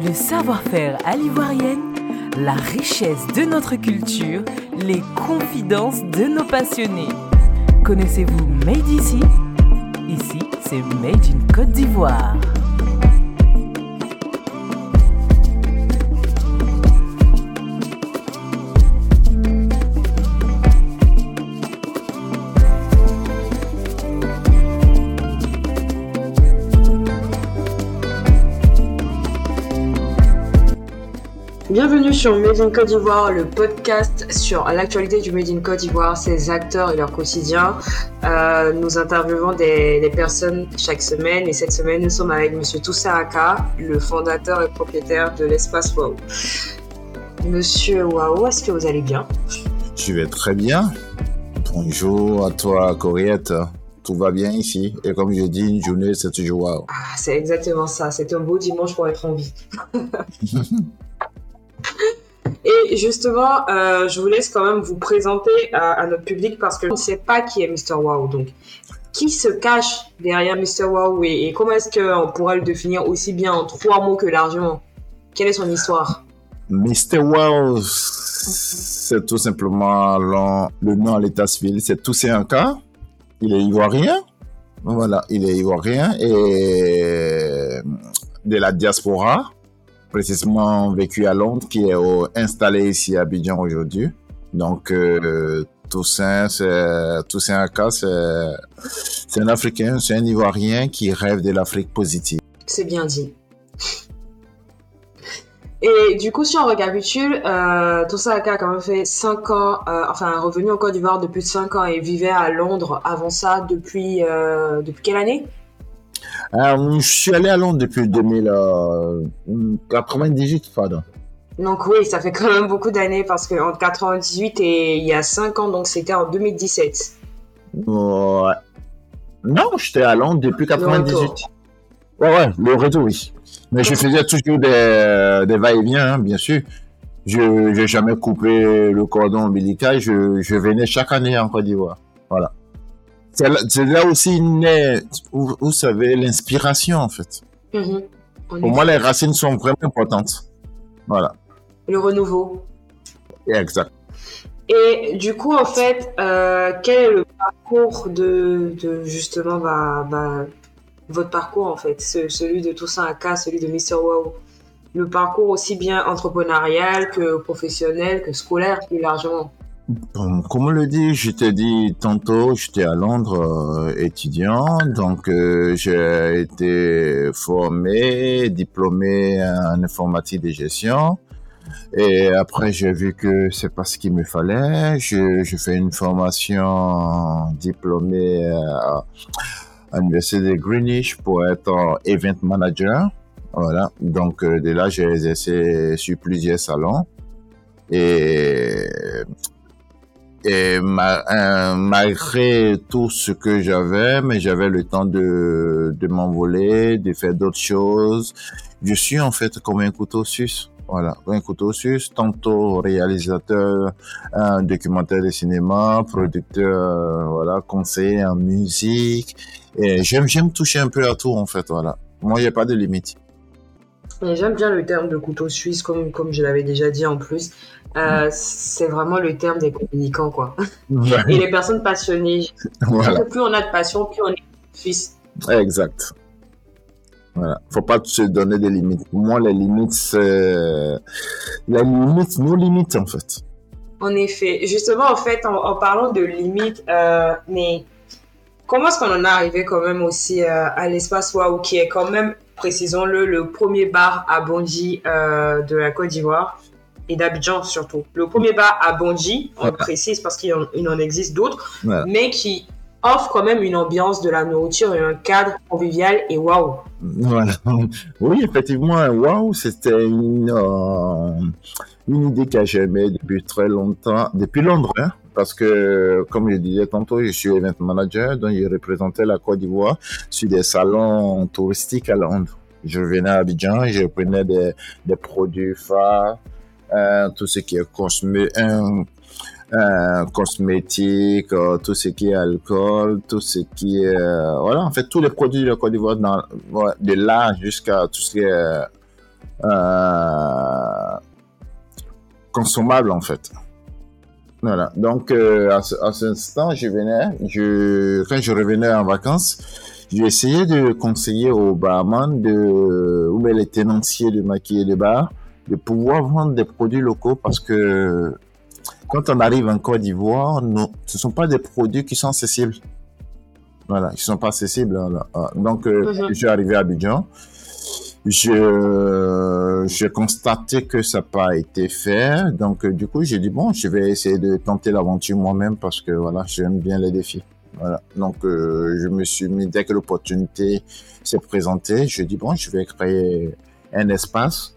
Le savoir-faire à l'ivoirienne, la richesse de notre culture, les confidences de nos passionnés. Connaissez-vous Made ici? Ici, c'est Made in Côte d'Ivoire. Bienvenue sur Made in Côte d'Ivoire, le podcast sur l'actualité du Made in Côte d'Ivoire, ses acteurs et leur quotidien. Nous interviewons des personnes chaque semaine et cette semaine, nous sommes avec Monsieur Toussaint Aka, le fondateur et propriétaire de l'espace Waouh. Monsieur Waouh, est-ce que vous allez bien? Je vais très bien. Bonjour à toi, Coriette. Tout va bien ici. Et comme je dis, une journée, c'est toujours Waouh. Ah, c'est exactement ça. C'est un beau dimanche pour être en vie. Et justement, je vous laisse quand même vous présenter à notre public parce que je ne sais pas qui est Mr. Wow. Donc, qui se cache derrière Mr. Wow et comment est-ce qu'on pourrait le définir aussi bien en 3 mots que largement? Quelle est son histoire? Mr. Wow, c'est tout simplement le nom à l'état civil. C'est Toussaint Aka. Il est ivoirien. Voilà, il est ivoirien et de la diaspora. Précisément vécu à Londres, qui est installé ici à Abidjan aujourd'hui. Donc, Toussaint Aka, c'est un Africain, c'est un Ivoirien qui rêve de l'Afrique positive. C'est bien dit. Et du coup, si on récapitule, Toussaint Aka a quand même fait 5 ans, revenu en Côte d'Ivoire depuis 5 ans et vivait à Londres avant ça depuis quelle année? Je suis allé à Londres depuis 1998, pardon. Donc oui, ça fait quand même beaucoup d'années parce qu'entre 98 et il y a 5 ans, donc c'était en 2017. Ouais. Non, j'étais à Londres depuis 98. Ouais, le retour, oui. Mais je faisais toujours des va-et-vient, hein, bien sûr. Je n'ai jamais coupé le cordon ombilical. Je venais chaque année en Côte d'Ivoire. Voilà. C'est là aussi naît, vous savez, l'inspiration, en fait. Pour moi, les racines sont vraiment importantes. Voilà. Le renouveau. Exact. Et du coup, en fait, quel est le parcours de justement, votre parcours, en fait, celui de Toussaint Aka, celui de Mr. Wow. Le parcours aussi bien entrepreneurial que professionnel, que scolaire, plus largement. Bon, comme on le dit, je t'ai dit tantôt, j'étais à Londres étudiant, donc j'ai été formé, diplômé en informatique de gestion, et après j'ai vu que c'est pas ce qu'il me fallait. Je fais une formation diplômée à l'université de Greenwich pour être event manager. Voilà, donc de là j'ai exercé sur plusieurs salons et malgré tout ce que j'avais, mais j'avais le temps de m'envoler, de faire d'autres choses. Je suis en fait comme un couteau suisse. Voilà, un couteau suisse, tantôt réalisateur, un documentaire de cinéma, producteur, voilà, conseiller en musique. Et j'aime toucher un peu à tout en fait, voilà. Moi, il n'y a pas de limite. Et j'aime bien le terme de couteau suisse, comme je l'avais déjà dit en plus. C'est vraiment le terme des communicants, quoi. Ouais. Et les personnes passionnées. Voilà. Plus on a de passion, plus on est suisse. Exact. Voilà. Faut pas se donner des limites. Pour moi, les limites, c'est nos limites, en fait. En effet. Justement, en fait, en parlant de limites, mais comment est-ce qu'on en est arrivé quand même aussi à l'espace Waouh, qui est quand même, précisons-le, le premier bar à Bondy de la Côte d'Ivoire. Et d'Abidjan surtout. Le premier bar à Bondy, on précise parce qu'il en existe d'autres, mais qui offre quand même une ambiance de la nourriture et un cadre convivial et waouh. Voilà. Oui, effectivement, waouh, c'était une idée que j'aimais depuis très longtemps, depuis Londres, hein, parce que, comme je disais tantôt, je suis event manager, donc je représentais la Côte d'Ivoire sur des salons touristiques à Londres. Je venais à Abidjan, je prenais des produits phares, tout ce qui est cosmétique, tout ce qui est alcool, tout ce qui est... voilà, en fait, tous les produits de la Côte d'Ivoire, de là jusqu'à tout ce qui est euh, consommable en fait. Voilà. Donc à ce instant, quand je revenais en vacances, j'ai essayé de conseiller aux barman ou bien les tenanciers de maquiller de bar de pouvoir vendre des produits locaux parce que quand on arrive en Côte d'Ivoire, non, ce sont pas des produits qui sont accessibles. Voilà, ils sont pas accessibles. Voilà. Donc je suis arrivé à Abidjan. J'ai constaté que ça n'a pas été fait. Donc, du coup, j'ai dit, bon, je vais essayer de tenter l'aventure moi-même parce que, voilà, j'aime bien les défis. Voilà. Donc, je me suis mis, dès que l'opportunité s'est présentée, je dis, bon, je vais créer un espace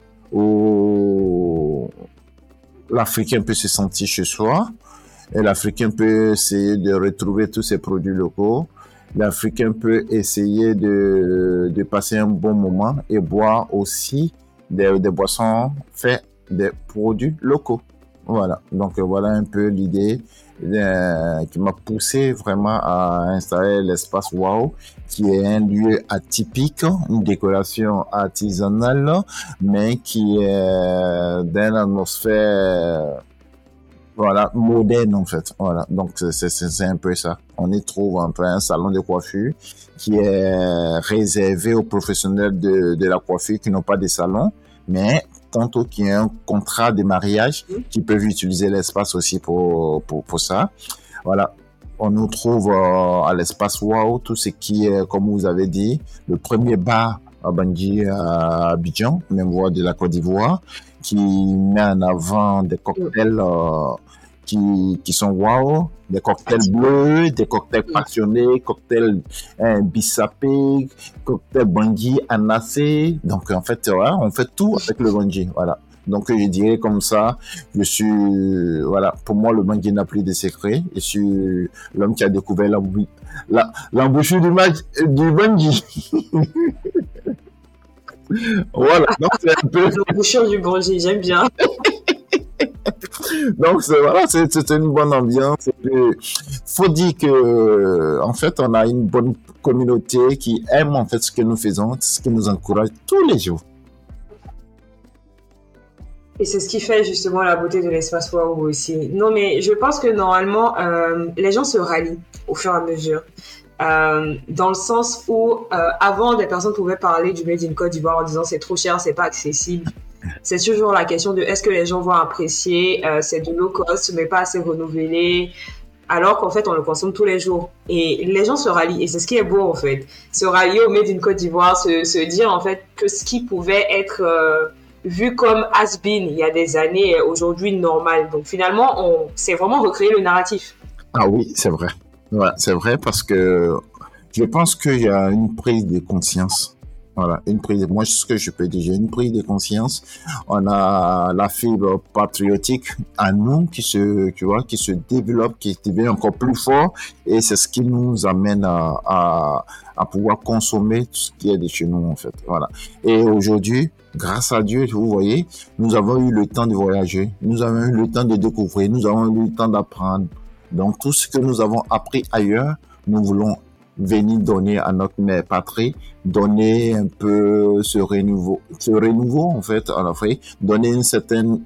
où l'Africain peut se sentir chez soi et l'Africain peut essayer de retrouver tous ses produits locaux. L'Africain peut essayer de passer un bon moment et boire aussi des boissons faites des produits locaux. Voilà. Donc, voilà un peu l'idée qui m'a poussé vraiment à installer l'espace Wow, qui est un lieu atypique, une décoration artisanale, mais qui est d'une atmosphère voilà, moderne en fait. Voilà, donc c'est un peu ça. On y trouve un peu un salon de coiffure qui est réservé aux professionnels de la coiffure qui n'ont pas de salon, mais tantôt qui ont un contrat de mariage qui peuvent utiliser l'espace aussi pour ça. Voilà. On nous trouve à l'espace Wow tout ce qui est, comme vous avez dit, le premier bar à Bangui, à Abidjan, même voie de la Côte d'Ivoire, qui met en avant des cocktails qui sont wow, des cocktails bleus, des cocktails passionnés, cocktails bissapés, cocktails Bangui, anacé. Donc en fait, voilà, on fait tout avec le Bangui, voilà. Donc je dirais comme ça, voilà, pour moi le Bangui n'a plus de secret. Je suis l'homme qui a découvert l'embouchure du Bangui. Voilà, donc c'est un peu l'embouchure du Bangui, j'aime bien. Donc voilà, c'est une bonne ambiance. Faut dire que en fait, on a une bonne communauté qui aime en fait ce que nous faisons, ce qui nous encourage tous les jours. Et c'est ce qui fait justement la beauté de l'espace Wow aussi. Non, mais je pense que normalement, les gens se rallient au fur et à mesure. Dans le sens où avant, des personnes pouvaient parler du Made in Côte d'Ivoire en disant c'est trop cher, c'est pas accessible. C'est toujours la question de est-ce que les gens vont apprécier, c'est de low cost mais pas assez renouvelé, alors qu'en fait on le consomme tous les jours. Et les gens se rallient et c'est ce qui est beau en fait. Se rallier au Made in Côte d'Ivoire, se dire en fait que ce qui pouvait être vu comme has-been il y a des années est aujourd'hui normal. Donc finalement, c'est vraiment recréer le narratif. Ah oui, c'est vrai. Ouais, c'est vrai parce que je pense qu'il y a une prise de conscience. Voilà, moi, ce que je peux dire, j'ai une prise de conscience. On a la fibre patriotique à nous qui se développe, qui devient encore plus fort. Et c'est ce qui nous amène à pouvoir consommer tout ce qui est de chez nous, en fait. Voilà. Et aujourd'hui, grâce à Dieu, vous voyez, nous avons eu le temps de voyager. Nous avons eu le temps de découvrir. Nous avons eu le temps d'apprendre. Donc, tout ce que nous avons appris ailleurs, nous voulons venir donner à notre mère patrie, donner un peu ce renouveau en fait en Afrique, donner une certaine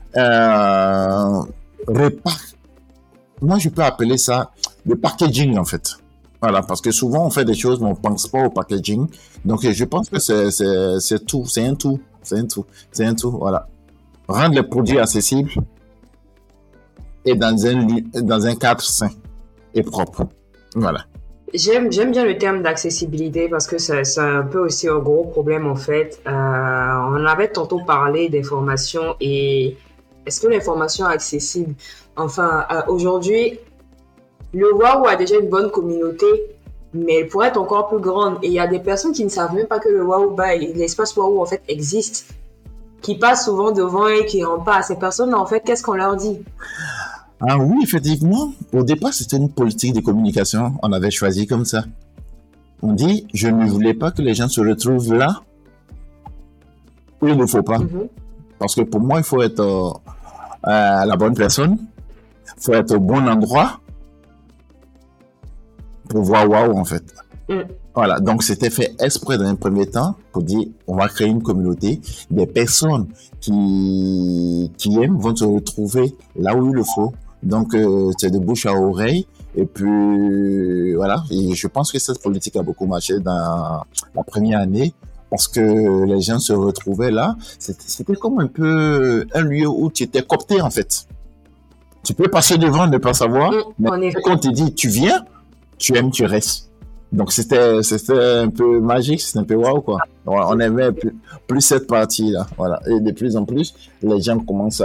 moi je peux appeler ça le packaging en fait. Voilà, parce que souvent on fait des choses mais on pense pas au packaging. Donc je pense que c'est tout, c'est un tout, voilà. Rendre les produits accessibles et dans un cadre sain et propre. Voilà. J'aime bien le terme d'accessibilité parce que c'est un peu aussi un gros problème en fait. On avait tantôt parlé des formations et est-ce que l'information est accessible? Enfin, aujourd'hui, le Wow a déjà une bonne communauté, mais elle pourrait être encore plus grande. Et il y a des personnes qui ne savent même pas que le Wow, l'espace Wow en fait existe, qui passent souvent devant et qui ne rendent pas à ces personnes. En fait, qu'est-ce qu'on leur dit? Ah oui, effectivement. Au départ, c'était une politique de communication. On avait choisi comme ça. On dit, je ne voulais pas que les gens se retrouvent là où il ne faut pas. Parce que pour moi, il faut être la bonne personne. Il faut être au bon endroit pour voir Wow, en fait. Mm. Voilà, donc c'était fait exprès dans un premier temps pour dire on va créer une communauté. Des personnes qui aiment vont se retrouver là où il le faut. Donc c'est de bouche à oreille. Et puis voilà, et je pense que cette politique a beaucoup marché dans la première année parce que les gens se retrouvaient là. C'était comme un peu un lieu où tu étais coopté en fait. Tu peux passer devant, ne pas savoir, mais quand on te dit tu viens, tu aimes, tu restes. Donc c'était un peu magique, c'était un peu waouh quoi. On aimait plus cette partie là, voilà. Et de plus en plus, les gens commencent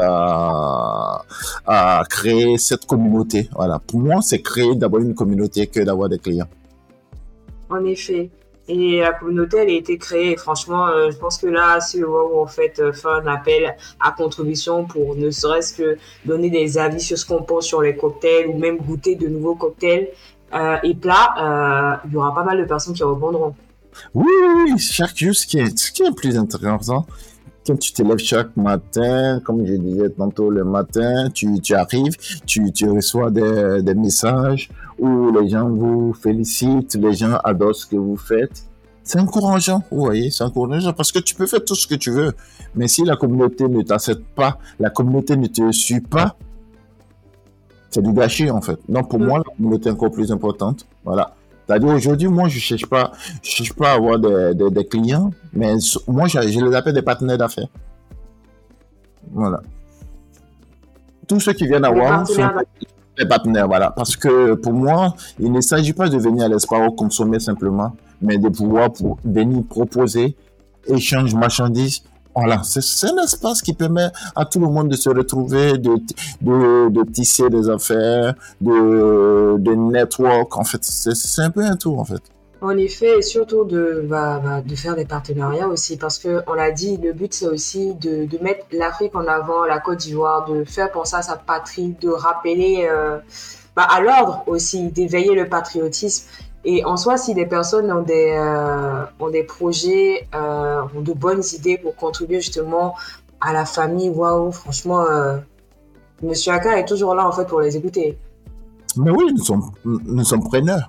à créer cette communauté. Voilà. Pour moi, c'est créer d'abord une communauté que d'avoir des clients. En effet. Et la communauté, elle a été créée. Et franchement, je pense que là, c'est le moment où on fait un appel à contribution pour ne serait-ce que donner des avis sur ce qu'on pense sur les cocktails ou même goûter de nouveaux cocktails et plats. Il y aura pas mal de personnes qui répondront. Oui, chaque jour, ce qui est le plus intéressant, quand tu te lèves chaque matin, comme je disais tantôt, le matin, tu arrives, tu reçois des messages où les gens vous félicitent, les gens adorent ce que vous faites. C'est encourageant, vous voyez, c'est encourageant parce que tu peux faire tout ce que tu veux. Mais si la communauté ne t'accepte pas, la communauté ne te suit pas, c'est du gâchis en fait. Donc pour moi, la communauté est encore plus importante. Voilà. C'est-à-dire aujourd'hui, moi, je cherche pas à avoir des clients, mais moi, je les appelle des partenaires d'affaires. Voilà. Tous ceux qui viennent à WOW sont des partenaires, voilà. Parce que pour moi, il ne s'agit pas de venir à l'espace consommer simplement, mais de pouvoir venir proposer, échanger marchandises. Voilà, c'est un espace qui permet à tout le monde de se retrouver, de tisser des affaires, de network. En fait, c'est un peu un tout, en fait. En effet, et surtout de faire des partenariats aussi, parce que on l'a dit, le but c'est aussi de mettre l'Afrique en avant, la Côte d'Ivoire, de faire penser à sa patrie, de rappeler à l'ordre aussi, d'éveiller le patriotisme. Et en soi, si des personnes ont des projets, ont de bonnes idées pour contribuer justement à la famille, waouh, franchement, Monsieur Aka est toujours là en fait pour les écouter. Mais oui, nous sommes preneurs.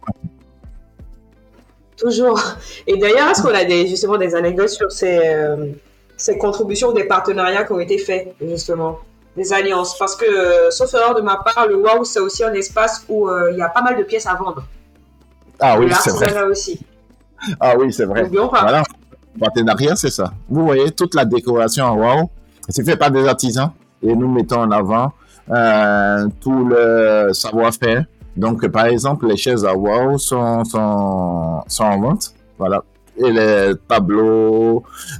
Toujours. Et d'ailleurs, est-ce qu'on a justement des anecdotes sur ces contributions, des partenariats qui ont été faits, justement, des alliances? Parce que, sauf erreur de ma part, le WOW, c'est aussi un espace où il y a pas mal de pièces à vendre. Ah oui, c'est vrai. Aussi. Ah oui, c'est vrai. Voilà, partenariat, c'est ça. Vous voyez, toute la décoration en WOW, c'est fait par des artisans et nous mettons en avant tout le savoir-faire. Donc, par exemple, les chaises à WOW sont en vente. Voilà. Et les tableaux,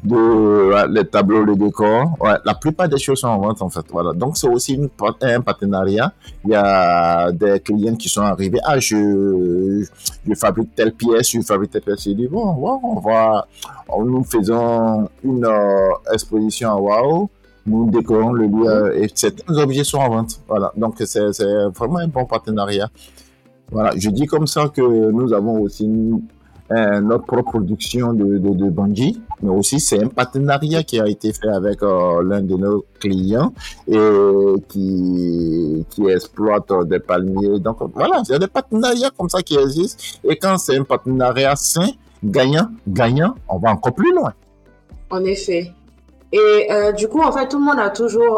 le décor. Ouais, la plupart des choses sont en vente, en fait. Voilà. Donc, c'est aussi un partenariat. Il y a des clients qui sont arrivés. Ah, je fabrique telle pièce, je fabrique telle pièce. Ils disent, bon, nous faisons une exposition à WOW. Nous décorons le lieu et certains objets sont en vente. Voilà. Donc, c'est vraiment un bon partenariat. Voilà. Je dis comme ça que nous avons aussi notre propre production de bungee, mais aussi c'est un partenariat qui a été fait avec l'un de nos clients et qui exploite des palmiers. Donc, voilà, il y a des partenariats comme ça qui existent. Et quand c'est un partenariat sain, gagnant, on va encore plus loin. En effet. Et du coup, en fait, tout le monde a toujours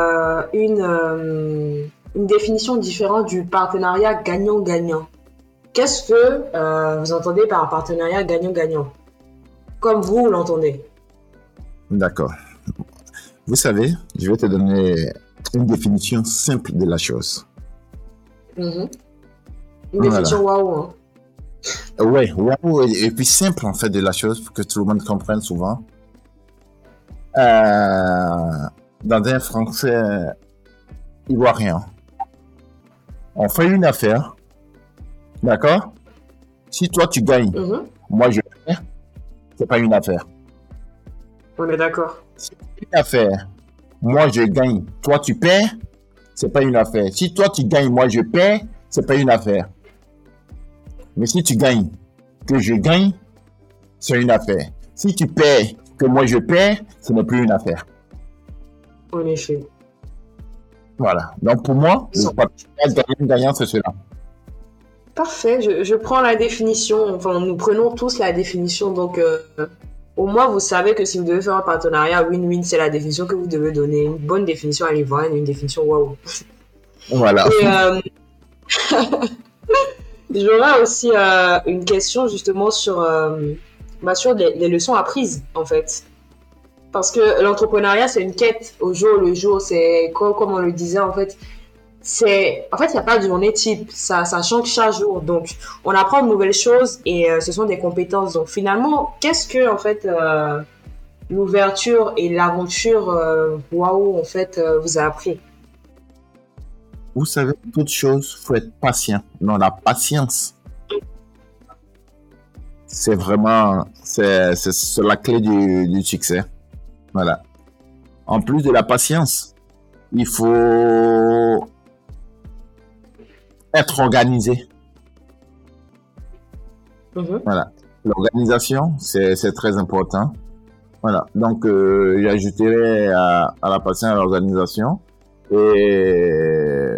une définition différente du partenariat gagnant-gagnant. Qu'est-ce que vous entendez par partenariat gagnant-gagnant? Comme vous l'entendez. D'accord. Vous savez, je vais te donner une définition simple de la chose. Une définition waouh. Hein. Ouais, waouh, et puis simple en fait de la chose pour que tout le monde comprenne souvent. Dans un français ivoirien, on fait une affaire, d'accord? Si toi tu gagnes, moi je perds, c'est pas une affaire. On est d'accord. Si c'est une affaire, moi je gagne, toi tu perds, c'est pas une affaire. Si toi tu gagnes, moi je perds, c'est pas une affaire. Mais si tu gagnes, que je gagne, c'est une affaire. Si tu perds, que moi je perds, ce n'est plus une affaire. En effet. Voilà. Donc pour moi, le partenariat gagnant, c'est cela. Parfait, je prends la définition, enfin nous prenons tous la définition, donc au moins vous savez que si vous devez faire un partenariat win-win, c'est la définition que vous devez donner, une bonne définition à l'ivoirienne, une définition waouh. Voilà. Et j'aurais aussi une question justement sur, sur les leçons apprises en fait. Parce que l'entrepreneuriat, c'est une quête au jour le jour, c'est comme on le disait en fait. En fait, il n'y a pas de journée type, ça change chaque jour. Donc, on apprend de nouvelles choses et ce sont des compétences. Donc, finalement, qu'est-ce que, en fait, l'ouverture et l'aventure, waouh, en fait, vous a appris? Vous savez, toute chose, faut être patient. Non, la patience, c'est vraiment, c'est la clé du succès. Voilà. En plus de la patience, il faut être organisé. Voilà. L'organisation, c'est très important. Voilà. Donc, j'ajouterai à la patience, à l'organisation et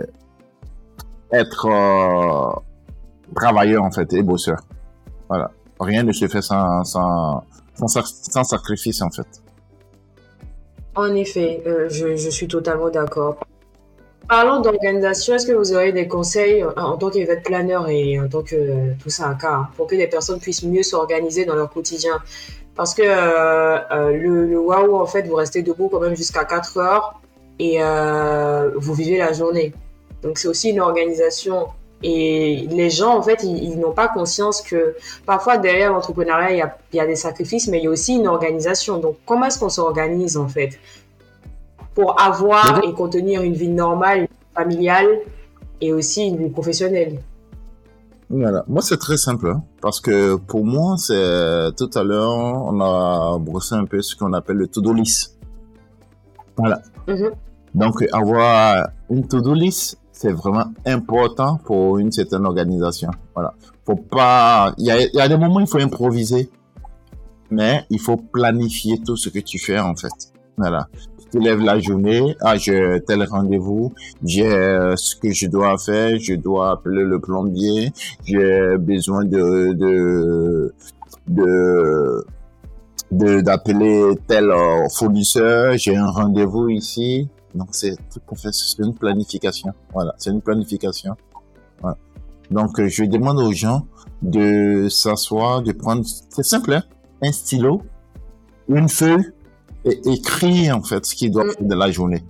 être travailleur, en fait, et bosseur. Voilà. Rien ne se fait sans sacrifice, en fait. En effet, je suis totalement d'accord. Parlons d'organisation, est-ce que vous aurez des conseils en tant qu'event planner et en tant que tout ça à cas pour que les personnes puissent mieux s'organiser dans leur quotidien? Parce que le waouh, en fait, vous restez debout quand même jusqu'à 4 heures et vous vivez la journée. Donc, c'est aussi une organisation. Et les gens, en fait, ils n'ont pas conscience que parfois, derrière l'entrepreneuriat, il y a des sacrifices, mais il y a aussi une organisation. Donc, comment est-ce qu'on s'organise, en fait, pour avoir et contenir une vie normale, familiale et aussi une vie professionnelle? Voilà. Moi, c'est très simple, hein, parce que pour moi, c'est tout à l'heure, on a brossé un peu ce qu'on appelle le to-do list. Voilà. Donc, avoir une to-do list, c'est vraiment important pour une certaine organisation. Voilà. Faut pas, il y a des moments où il faut improviser, mais il faut planifier tout ce que tu fais, en fait. Voilà. Tu te lèves la journée, j'ai tel rendez-vous, j'ai ce que je dois faire, je dois appeler le plombier, j'ai besoin d'appeler tel fournisseur, j'ai un rendez-vous ici. Donc, c'est une planification. Voilà, c'est une planification. Voilà. Donc, je demande aux gens de s'asseoir, de prendre, c'est simple, hein, un stylo, une feuille, et écrire, en fait, ce qu'ils doivent faire de la journée.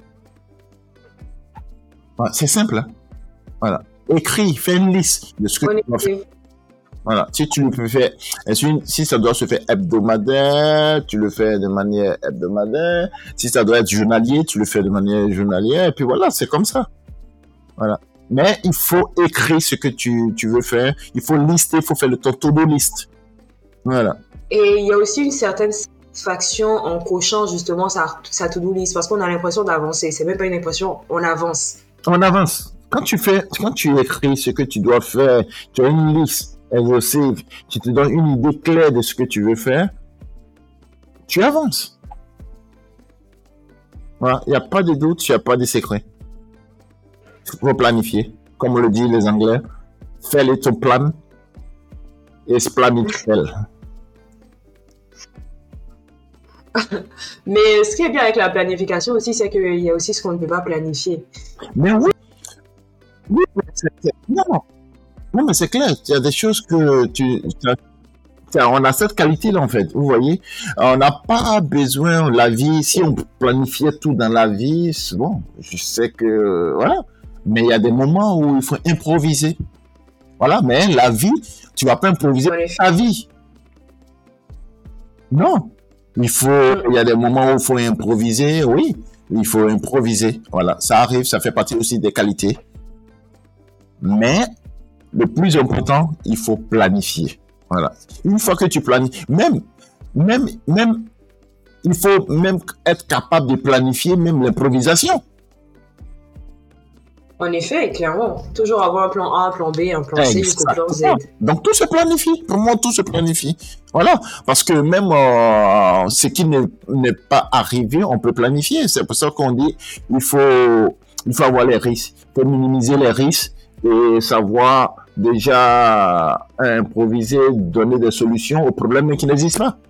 Voilà, c'est simple, hein. Voilà. Écris, fais une liste de ce que tu dois faire. Voilà. Si tu le peux faire, si ça doit se faire hebdomadaire, tu le fais de manière hebdomadaire. Si ça doit être journalier, tu le fais de manière journalière. Et puis voilà, c'est comme ça. Voilà. Mais il faut écrire ce que tu veux faire. Il faut lister, il faut faire le to-do list. Voilà. Et il y a aussi une certaine satisfaction en cochant justement sa to-do list parce qu'on a l'impression d'avancer. C'est même pas une impression, on avance. On avance. Quand tu écris ce que tu dois faire, tu as une liste exhaustive, tu te donnes une idée claire de ce que tu veux faire, tu avances. Voilà. Il n'y a pas de doute, il n'y a pas de secret. Il faut planifier. Comme le disent les Anglais, fais le ton plan et se planifie. Mais ce qui est bien avec la planification aussi, c'est qu'il y a aussi ce qu'on ne peut pas planifier. Mais oui, non, mais c'est clair. Il y a des choses que on a cette qualité-là, en fait. Vous voyez, on n'a pas besoin, la vie, si on planifiait tout dans la vie, c'est bon, je sais que, voilà. Mais il y a des moments où il faut improviser. Voilà, mais la vie, tu vas pas improviser ta vie. Non. Il y a des moments où il faut improviser, oui. Il faut improviser. Voilà, ça arrive, ça fait partie aussi des qualités. Mais, le plus important, il faut planifier. Voilà. Une fois que tu planifies, il faut même être capable de planifier même l'improvisation. En effet, clairement. Toujours avoir un plan A, un plan B, un plan C, jusqu'au plan Z. Donc, tout se planifie. Pour moi, tout se planifie. Voilà. Parce que même ce qui n'est pas arrivé, on peut planifier. C'est pour ça qu'on dit il faut avoir les risques. Il faut minimiser les risques et savoir déjà improviser, donner des solutions aux problèmes qui n'existent pas.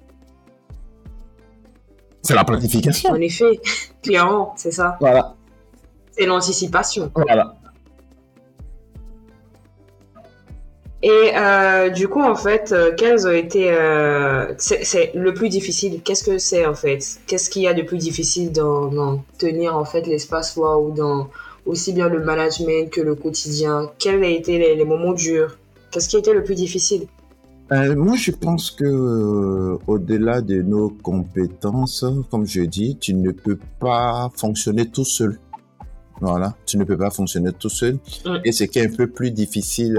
C'est la planification. En effet, clairement, c'est ça. Voilà. C'est l'anticipation. Voilà. Et du coup, en fait, quels ont été... c'est le plus difficile. Qu'est-ce que c'est, en fait? Qu'est-ce qu'il y a de plus difficile dans tenir, en fait, l'espace WOW, dans aussi bien le management que le quotidien? Quels ont été les moments durs? Qu'est-ce qui a été le plus difficile? Moi, je pense que au-delà de nos compétences, comme je dis, tu ne peux pas fonctionner tout seul. Voilà, tu ne peux pas fonctionner tout seul. Et ce qui est un peu plus difficile,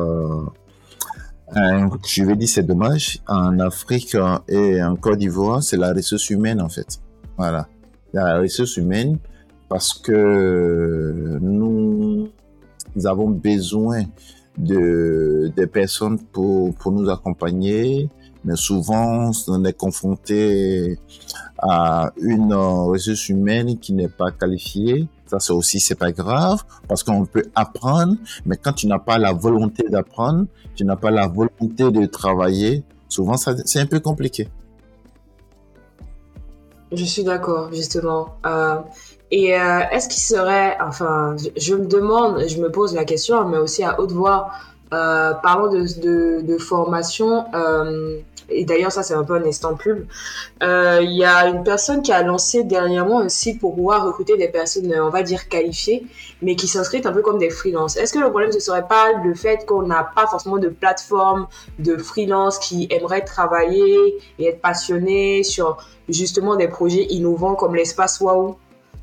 je vais dire c'est dommage, en Afrique et en Côte d'Ivoire, c'est la ressource humaine en fait. Voilà, la ressource humaine parce que nous avons besoin de personnes pour nous accompagner, mais souvent on est confronté à une ressource humaine qui n'est pas qualifiée. Ça, c'est pas grave, parce qu'on peut apprendre, mais quand tu n'as pas la volonté d'apprendre, tu n'as pas la volonté de travailler, souvent, c'est un peu compliqué. Je suis d'accord, justement. Est-ce qu'il serait, enfin, je me demande, je me pose la question, mais aussi à haute voix, parlant de formation, et d'ailleurs ça c'est un peu un instant pub, il y a une personne qui a lancé dernièrement un site pour pouvoir recruter des personnes, on va dire qualifiées, mais qui s'inscrivent un peu comme des freelances. Est-ce que le problème ce serait pas le fait qu'on n'a pas forcément de plateforme de freelance qui aimeraient travailler et être passionnés sur justement des projets innovants comme l'espace WOW?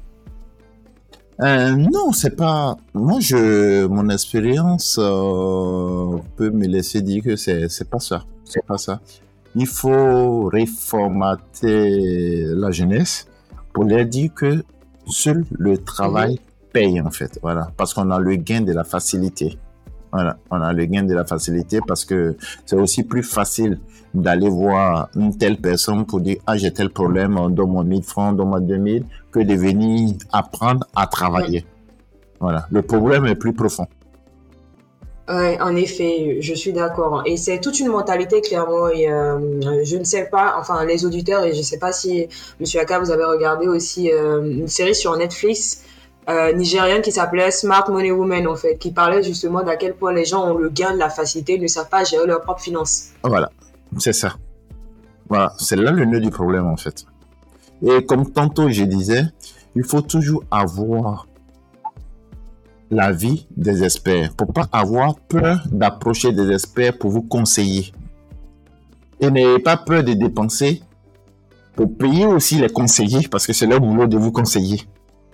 Non, c'est pas. Moi, mon expérience peut me laisser dire que c'est pas ça. C'est pas ça. Il faut réformater la jeunesse pour leur dire que seul le travail paye en fait. Voilà, parce qu'on a le gain de la facilité. Voilà, on a le gain de la facilité parce que c'est aussi plus facile d'aller voir une telle personne pour dire ah j'ai tel problème, donne-moi 1000 francs, donne-moi 2000, que de venir apprendre à travailler. Voilà, le problème est plus profond. Ouais, en effet, je suis d'accord. Et c'est toute une mentalité, clairement. Et je ne sais pas, enfin, les auditeurs, et je ne sais pas si, Monsieur Aka, vous avez regardé aussi une série sur Netflix nigérienne qui s'appelait Smart Money Woman, en fait, qui parlait justement d'à quel point les gens ont le gain de la facilité, ne savent pas gérer leurs propres finances. Voilà, c'est ça. Voilà, c'est là le nœud du problème, en fait. Et comme tantôt je disais, il faut toujours avoir l'avis des experts, pour pas avoir peur d'approcher des experts pour vous conseiller. Et n'ayez pas peur de dépenser pour payer aussi les conseillers, parce que c'est leur boulot de vous conseiller.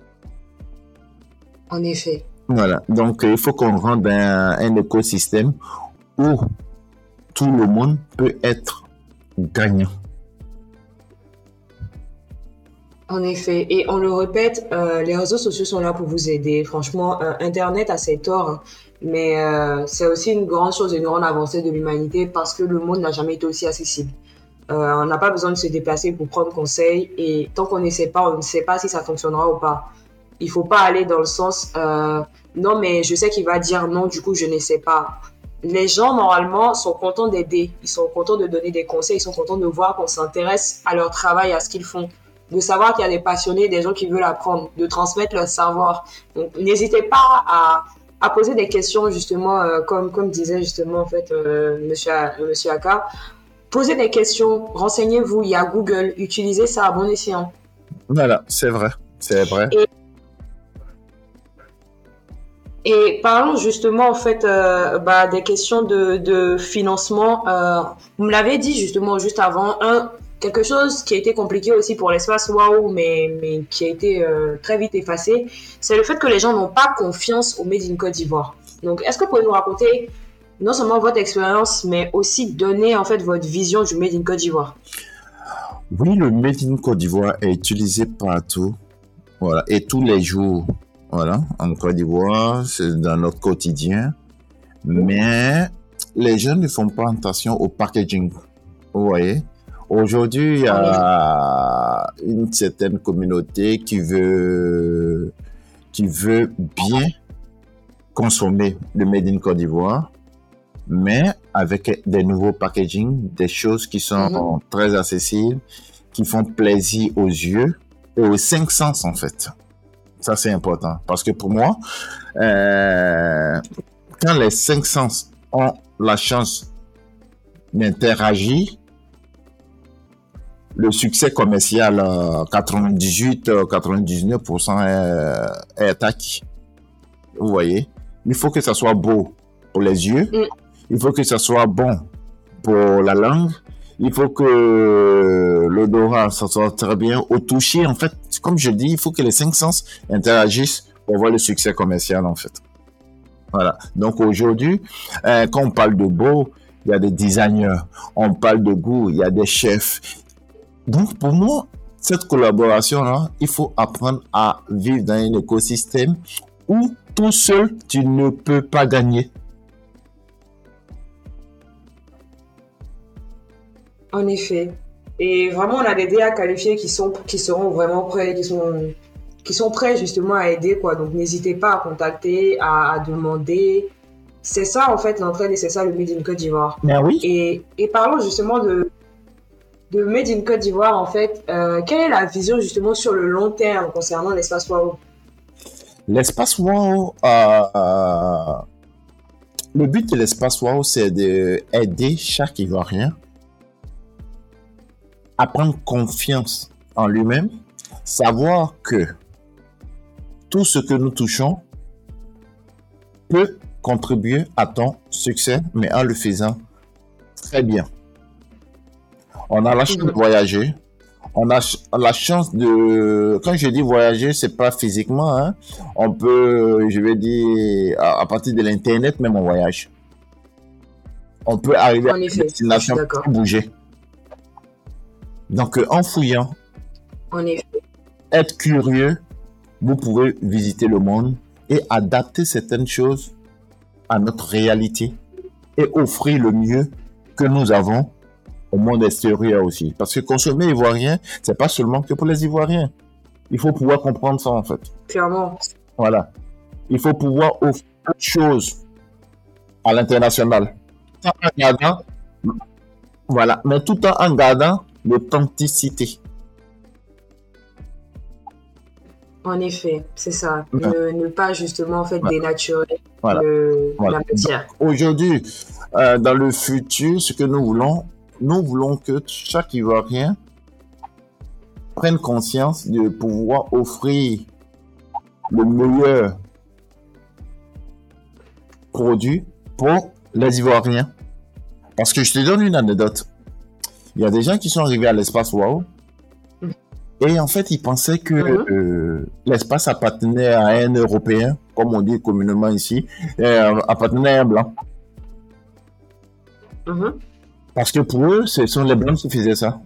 En effet. Voilà, donc il faut qu'on rende un écosystème où tout le monde peut être gagnant. En effet, et on le répète, les réseaux sociaux sont là pour vous aider. Franchement, Internet a ses torts, hein, mais c'est aussi une grande chose, une grande avancée de l'humanité parce que le monde n'a jamais été aussi accessible. On n'a pas besoin de se déplacer pour prendre conseil et tant qu'on n'essaie pas, on ne sait pas si ça fonctionnera ou pas. Il faut pas aller dans le sens non, mais je sais qu'il va dire non, du coup je n'essaie pas. Les gens normalement sont contents d'aider, ils sont contents de donner des conseils, ils sont contents de voir qu'on s'intéresse à leur travail, à ce qu'ils font, de savoir qu'il y a des passionnés, des gens qui veulent apprendre, de transmettre leur savoir. Donc n'hésitez pas à poser des questions justement, comme disait justement en fait Monsieur Aka. Posez des questions, renseignez-vous, il y a Google, utilisez ça à bon escient. Voilà, c'est vrai, c'est vrai. Et parlons justement en fait des questions de financement. Vous me l'avez dit justement juste avant, quelque chose qui a été compliqué aussi pour l'espace WOW, mais qui a été très vite effacé, c'est le fait que les gens n'ont pas confiance au Made in Côte d'Ivoire. Donc, est-ce que vous pouvez nous raconter non seulement votre expérience, mais aussi donner en fait votre vision du Made in Côte d'Ivoire? Oui, le Made in Côte d'Ivoire est utilisé partout, voilà, et tous les jours. Voilà, en Côte d'Ivoire, c'est dans notre quotidien. Mais les gens ne font pas attention au packaging. Vous voyez? Aujourd'hui, il y a une certaine communauté qui veut bien consommer le Made in Côte d'Ivoire, mais avec des nouveaux packaging, des choses qui sont très accessibles, qui font plaisir aux yeux et aux cinq sens en fait. Ça c'est important parce que pour moi, quand les cinq sens ont la chance d'interagir, le succès commercial 98-99% est acquis. Vous voyez, il faut que ça soit beau pour les yeux, il faut que ça soit bon pour la langue, il faut que l'odorat ça soit très bien au toucher. En fait, comme je dis, il faut que les cinq sens interagissent pour avoir le succès commercial en fait. Voilà. Donc aujourd'hui, quand on parle de beau, il y a des designers, on parle de goût, il y a des chefs. Donc pour moi, cette collaboration-là, il faut apprendre à vivre dans un écosystème où tout seul, tu ne peux pas gagner. En effet. Et vraiment, on a des DA qualifiés qui seront vraiment prêts, qui sont prêts justement à aider, quoi. Donc, n'hésitez pas à contacter, à demander. C'est ça, en fait, l'entraide et c'est ça le Made in Côte d'Ivoire. Ben oui. Et parlons justement de Made in Côte d'Ivoire, en fait. Quelle est la vision justement sur le long terme concernant l'espace Waouh? L'espace Wow, le but de l'espace Wow, c'est d'aider chaque Ivoirien à prendre confiance en lui-même, savoir que tout ce que nous touchons peut contribuer à ton succès, mais en le faisant très bien. On a la chance de voyager. On a la chance de... Quand je dis voyager, c'est pas physiquement. Hein. On peut, je vais dire, à partir de l'Internet, même on voyage. On peut arriver à une destination pour bouger. Donc, en fouillant, être curieux, vous pouvez visiter le monde et adapter certaines choses à notre réalité et offrir le mieux que nous avons au monde extérieur aussi. Parce que consommer ivoirien, c'est pas seulement que pour les Ivoiriens. Il faut pouvoir comprendre ça, en fait. Clairement. Voilà. Il faut pouvoir offrir autre chose à l'international. Tout en gardant, voilà. Mais tout en gardant l'authenticité. En effet, c'est ça. Ne pas justement en fait dénaturer la matière. Donc, aujourd'hui, dans le futur, ce que nous voulons que chaque Ivoirien prenne conscience de pouvoir offrir le meilleur produit pour les Ivoiriens. Parce que je te donne une anecdote. Il y a des gens qui sont arrivés à l'espace Wow et en fait, ils pensaient que l'espace appartenait à un Européen, comme on dit communément ici, appartenait à un Blanc. Parce que pour eux, ce sont les Blancs qui faisaient ça.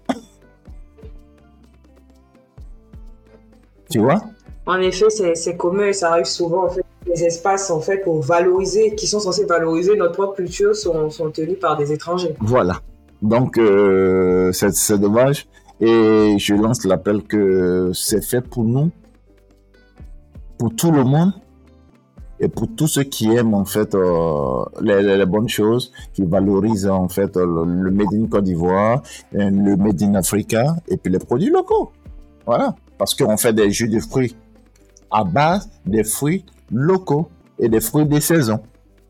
Tu vois? En effet, c'est commun et ça arrive souvent. En fait, les espaces en fait, pour valoriser, qui sont censés valoriser notre propre culture, sont tenus par des étrangers. Voilà. Donc, c'est dommage. Et je lance l'appel que c'est fait pour nous, pour tout le monde et pour tous ceux qui aiment en fait les bonnes choses, qui valorisent en fait le Made in Côte d'Ivoire, le Made in Africa et puis les produits locaux. Voilà. Parce qu'on fait des jus de fruits à base des fruits locaux et des fruits des saisons.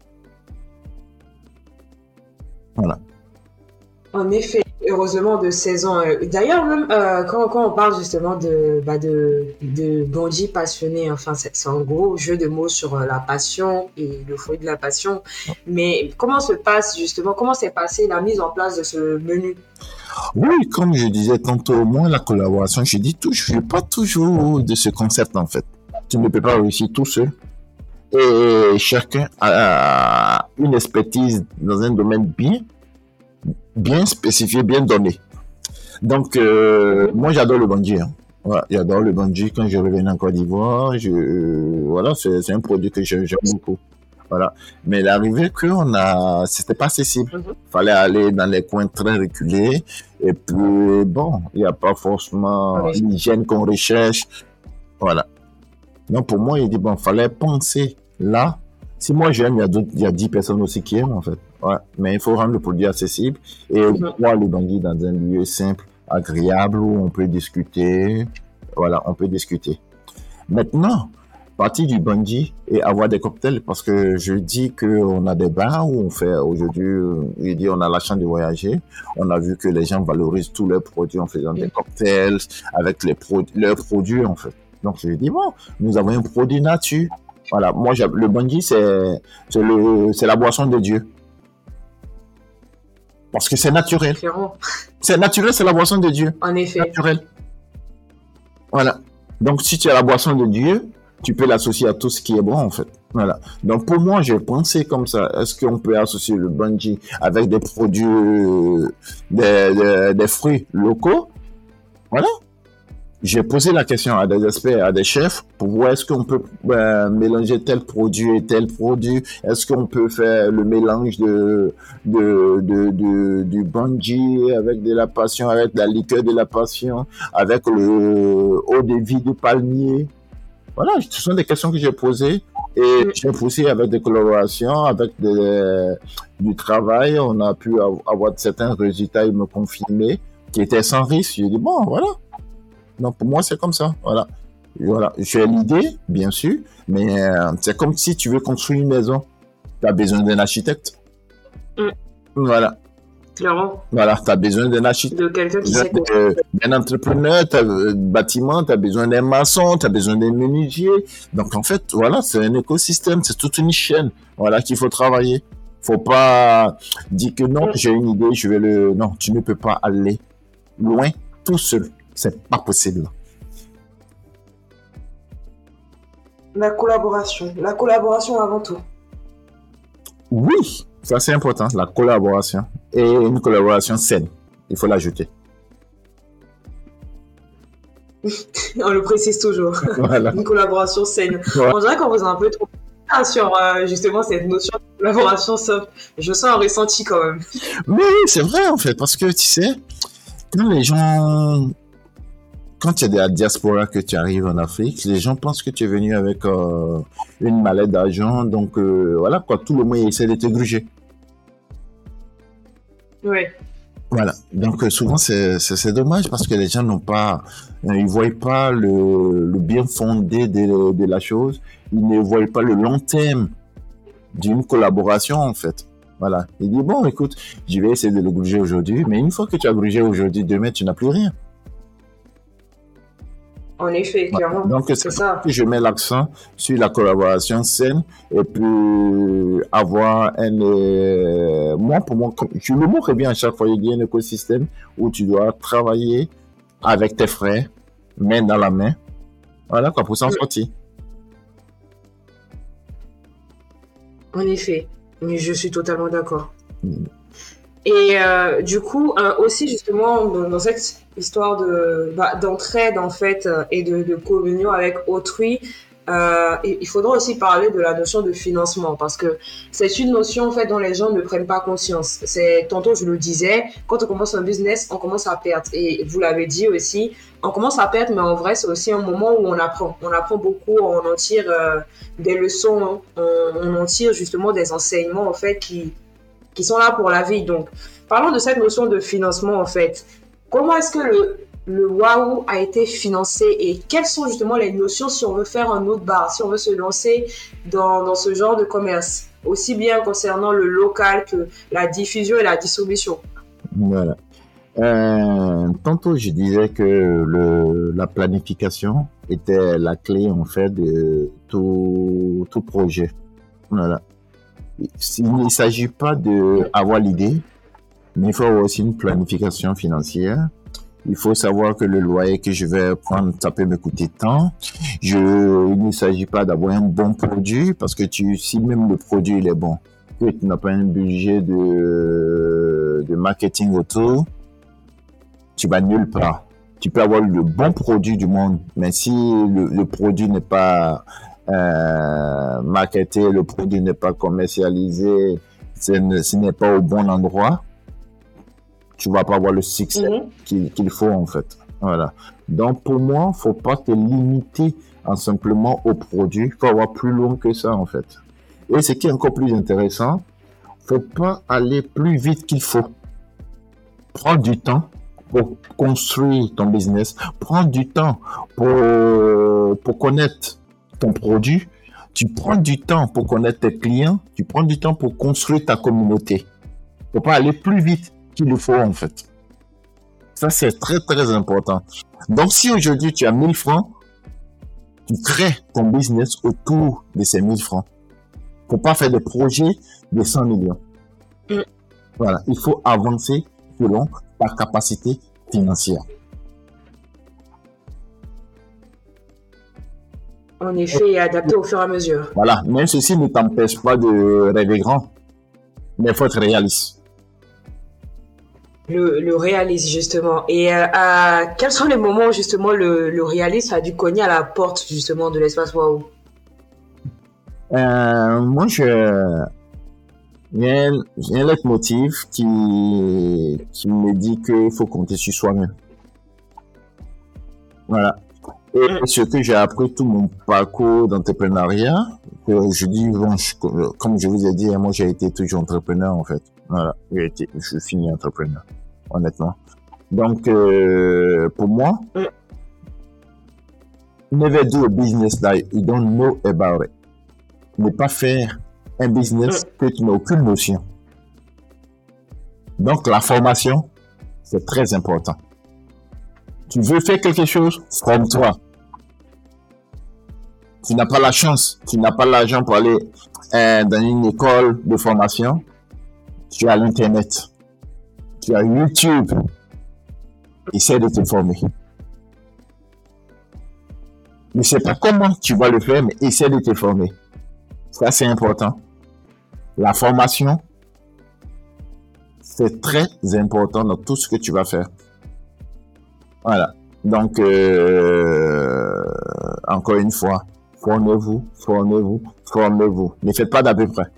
Voilà. En effet, heureusement de saison. D'ailleurs, même quand on parle justement de bandits passionnés, enfin, c'est un gros jeu de mots sur la passion et le fruit de la passion. Mais comment s'est passée la mise en place de ce menu? Oui, comme je disais tantôt, moi, la collaboration, je ne pas toujours de ce concept, en fait. Tu ne peux pas réussir tout seul. Et chacun a une expertise dans un domaine bien spécifié, bien donné. Donc, moi, j'adore le bungee. Hein. Voilà, j'adore le bungee. Quand je reviens en Côte d'Ivoire, voilà, c'est un produit que j'aime beaucoup. Voilà. Mais l'arrivée c'était pas accessible. Fallait aller dans les coins très reculés. Et puis, bon, il n'y a pas forcément l'hygiène qu'on recherche. Voilà. Donc, pour moi, il dit, bon, fallait penser là Si moi j'aime, il y a 10 personnes aussi qui aiment, en fait. Ouais. Mais il faut rendre le produit accessible et voir le bandit dans un lieu simple, agréable, où on peut discuter. Voilà, on peut discuter. Maintenant, partir du bungee et avoir des cocktails, parce que je dis qu'on a des bars où on fait aujourd'hui, je dis on a la chance de voyager. On a vu que les gens valorisent tous leurs produits en faisant des cocktails avec leurs produits, en fait. Donc, je dis, bon, nous avons un produit nature. Voilà, moi, le bungee, c'est la boisson de Dieu. Parce que c'est naturel. Clairement. C'est naturel, c'est la boisson de Dieu. En effet. Naturel. Voilà. Donc, si tu as la boisson de Dieu, tu peux l'associer à tout ce qui est bon, en fait. Voilà. Donc, pour moi, j'ai pensé comme ça. Est-ce qu'on peut associer le bungee avec des produits, des fruits locaux? Voilà. J'ai posé la question à des experts, à des chefs, pour voir est-ce qu'on peut mélanger tel produit et tel produit. Est-ce qu'on peut faire le mélange du bungee avec de la passion, avec la liqueur de la passion, avec le eau de vie du palmier. Voilà, ce sont des questions que j'ai posées et j'ai poussé avec des collaborations, avec du travail. On a pu avoir certains résultats, ils me confirmaient, qui étaient sans risque. J'ai dit, bon, voilà. Donc, pour moi, c'est comme ça. Voilà. Voilà. J'ai l'idée, bien sûr, mais c'est comme si tu veux construire une maison. Tu as besoin d'un architecte. Voilà. Clairement. Voilà, tu as besoin d'un architecte. De quelqu'un qui sait d'un entrepreneur, tu as bâtiment, tu as besoin d'un maçon, tu as besoin d'un menuisier. Donc, en fait, voilà, c'est un écosystème, c'est toute une chaîne, voilà, qu'il faut travailler. Faut pas dire que non, j'ai une idée, je vais non, tu ne peux pas aller loin tout seul. C'est pas possible. La collaboration avant tout. Oui, ça c'est important, la collaboration. Et une collaboration saine, il faut l'ajouter. On le précise toujours. Voilà. Une collaboration saine. Ouais. On dirait qu'on vous a un peu trop sur justement cette notion de collaboration soft. Je sens un ressenti quand même. Mais c'est vrai en fait, parce que tu sais, quand les gens... Quand tu es de la diaspora, que tu arrives en Afrique, les gens pensent que tu es venu avec une mallette d'argent. Donc, voilà, quoi, tout le monde essaie de te gruger. Oui. Voilà. Donc, souvent, c'est dommage parce que les gens n'ont pas... ils ne voient pas le bien fondé de la chose. Ils ne voient pas le long terme d'une collaboration, en fait. Voilà. Ils disent, bon, écoute, je vais essayer de le gruger aujourd'hui. Mais une fois que tu as grugé aujourd'hui, demain, tu n'as plus rien. En effet, clairement. Donc, c'est ça que je mets l'accent sur la collaboration saine et puis avoir pour moi, je le montre bien à chaque fois, il y a un écosystème où tu dois travailler avec tes frères, main dans la main. Voilà, quoi, pour s'en sortir. En effet, je suis totalement d'accord. Et du coup, aussi justement, dans cette histoire d'entraide en fait et de communion avec autrui, il faudra aussi parler de la notion de financement parce que c'est une notion en fait dont les gens ne prennent pas conscience. Tantôt je le disais, quand on commence un business, on commence à perdre et vous l'avez dit aussi, on commence à perdre, mais en vrai c'est aussi un moment où on apprend beaucoup, on en tire des leçons, on en tire justement des enseignements en fait qui sont là pour la vie. Donc, parlons de cette notion de financement, en fait. Comment est-ce que le Waouh a été financé et quelles sont justement les notions si on veut faire un autre bar, si on veut se lancer dans ce genre de commerce, aussi bien concernant le local que la diffusion et la distribution? Voilà. Tantôt, je disais que la planification était la clé, en fait, de tout projet. Voilà. Il ne s'agit pas d'avoir l'idée, mais il faut avoir aussi une planification financière. Il faut savoir que le loyer que je vais prendre, ça peut me coûter tant. Il ne s'agit pas d'avoir un bon produit, parce que si même le produit il est bon, que tu n'as pas un budget de marketing autour, tu vas nulle part. Tu peux avoir le bon produit du monde, mais si le produit n'est pas marketé, le produit n'est pas commercialisé, ce n'est pas au bon endroit, tu vas pas avoir le succès qu'il faut en fait. Voilà. Donc pour moi, faut pas te limiter simplement au produit, faut avoir plus loin que ça en fait. Et ce qui est encore plus intéressant, faut pas aller plus vite qu'il faut. Prends du temps pour construire ton business. Prends du temps pour connaître ton produit. Tu prends du temps pour connaître tes clients. Tu prends du temps pour construire ta communauté. Faut pas aller plus vite qu'il le faut, en fait. Ça, c'est très, très important. Donc, si aujourd'hui tu as 1000 francs, tu crées ton business autour de ces 1000 francs. Faut pas faire des projets de 100 millions. Voilà. Il faut avancer selon ta capacité financière. En effet, et adapté au fur et à mesure. Voilà. Même ceci ne t'empêche pas de rêver grand. Mais il faut être réaliste. Le réalisme, justement. Et quels sont les moments où, justement, le réalisme a dû cogner à la porte, justement, de l'espace Waouh? Moi, j'ai un leitmotiv qui me dit qu'il faut compter sur soi-même. Voilà. Et ce que j'ai appris tout mon parcours d'entrepreneuriat, que je dis, bon, comme je vous ai dit, moi, j'ai été toujours entrepreneur, en fait. Voilà. Je suis fini entrepreneur, honnêtement. Donc, pour moi, never do a business that you don't know about it. Ne pas faire un business que tu n'as aucune notion. Donc, la formation, c'est très important. Tu veux faire quelque chose, forme-toi. Tu n'as pas la chance, tu n'as pas l'argent pour aller dans une école de formation. Tu as l'Internet. Tu as YouTube. Essaie de te former. Ne sais pas comment tu vas le faire, mais essaie de te former. Ça, c'est important. La formation, c'est très important dans tout ce que tu vas faire. Voilà. Donc, encore une fois, formez-vous, formez-vous, formez-vous. Ne faites pas d'à peu près.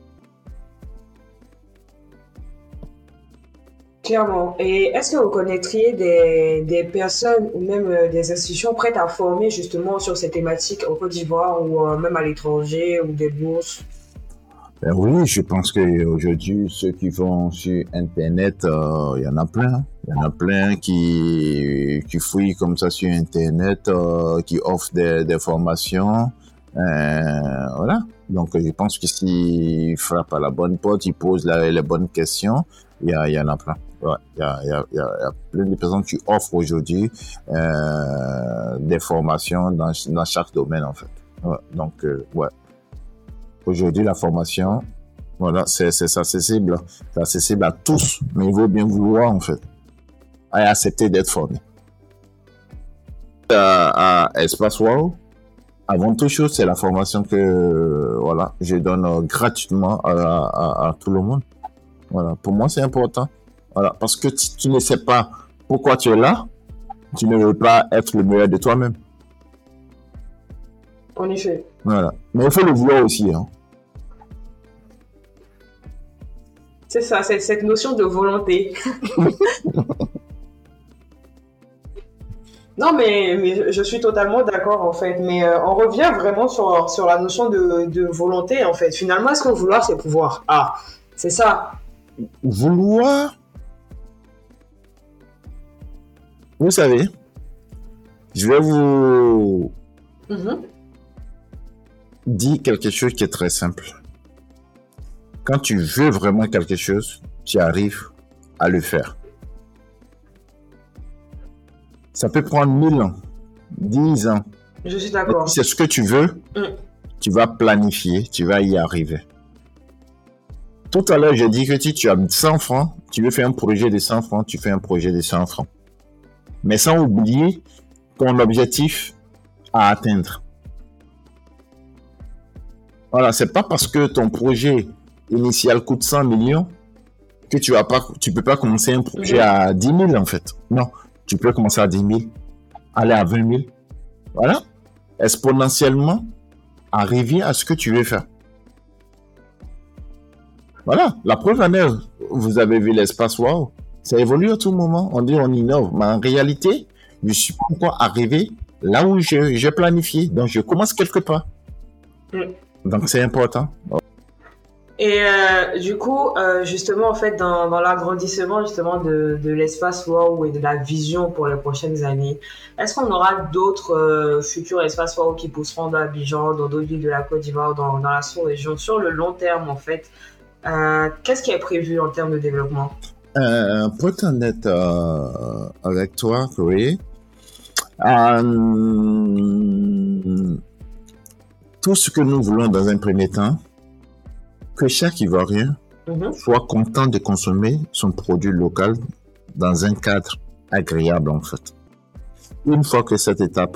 Clairement. Et est-ce que vous connaîtriez des personnes ou même des institutions prêtes à former justement sur ces thématiques en Côte d'Ivoire ou même à l'étranger ou des bourses? Ben oui, je pense qu'aujourd'hui, ceux qui vont sur Internet, il y en a plein. Il y en a plein qui fouillent comme ça sur Internet, qui offrent des formations. Voilà. Donc, je pense que s'ils frappent à la bonne porte, ils posent les bonnes questions, il y en a plein. Ouais, il y a plein de personnes qui offrent aujourd'hui des formations dans chaque domaine, en fait. Ouais, donc, ouais. Aujourd'hui, la formation, voilà, c'est accessible. C'est accessible à tous, mais il faut bien vouloir, en fait, et accepter d'être formé. À Espace Wow, avant toute chose, c'est la formation que, voilà, je donne gratuitement à tout le monde. Voilà, pour moi, c'est important. Voilà, parce que tu ne sais pas pourquoi tu es là, tu ne veux pas être le meilleur de toi-même. En effet. Voilà. Mais il faut le vouloir aussi, hein. C'est ça, c'est cette notion de volonté. Non, mais je suis totalement d'accord, en fait. Mais on revient vraiment sur la notion de volonté, en fait. Finalement, est-ce que vouloir, c'est pouvoir? Ah, c'est ça. Vouloir, vous savez, je vais vous dire quelque chose qui est très simple. Quand tu veux vraiment quelque chose, tu arrives à le faire. Ça peut prendre 1000 ans, 10 ans. Je suis d'accord. Si c'est ce que tu veux, tu vas planifier, tu vas y arriver. Tout à l'heure, j'ai dit que tu as 100 francs, tu veux faire un projet de 100 francs, tu fais un projet de 100 francs. Mais sans oublier ton objectif à atteindre. Voilà, c'est pas parce que ton projet initial coûte 100 millions que tu peux pas commencer un projet à 10 000, en fait. Non, tu peux commencer à 10 000, aller à 20 000. Voilà, exponentiellement, arriver à ce que tu veux faire. Voilà, la preuve en est, vous avez vu l'espace Wow, ça évolue à tout moment, on dit on innove, mais en réalité, je suis pas encore arrivé là où j'ai planifié, donc je commence quelque part. Donc c'est important. Et du coup, justement, en fait, dans l'agrandissement justement de l'espace Wow et de la vision pour les prochaines années, est-ce qu'on aura d'autres futurs espaces Wow qui pousseront dans Abidjan, dans d'autres villes de la Côte d'Ivoire, dans la sous-région, sur le long terme, en fait? Qu'est-ce qui est prévu en termes de développement? Pour être honnête avec toi, Chloé, tout ce que nous voulons dans un premier temps, que chaque Ivoirien soit content de consommer son produit local dans un cadre agréable, en fait. Une fois que cette étape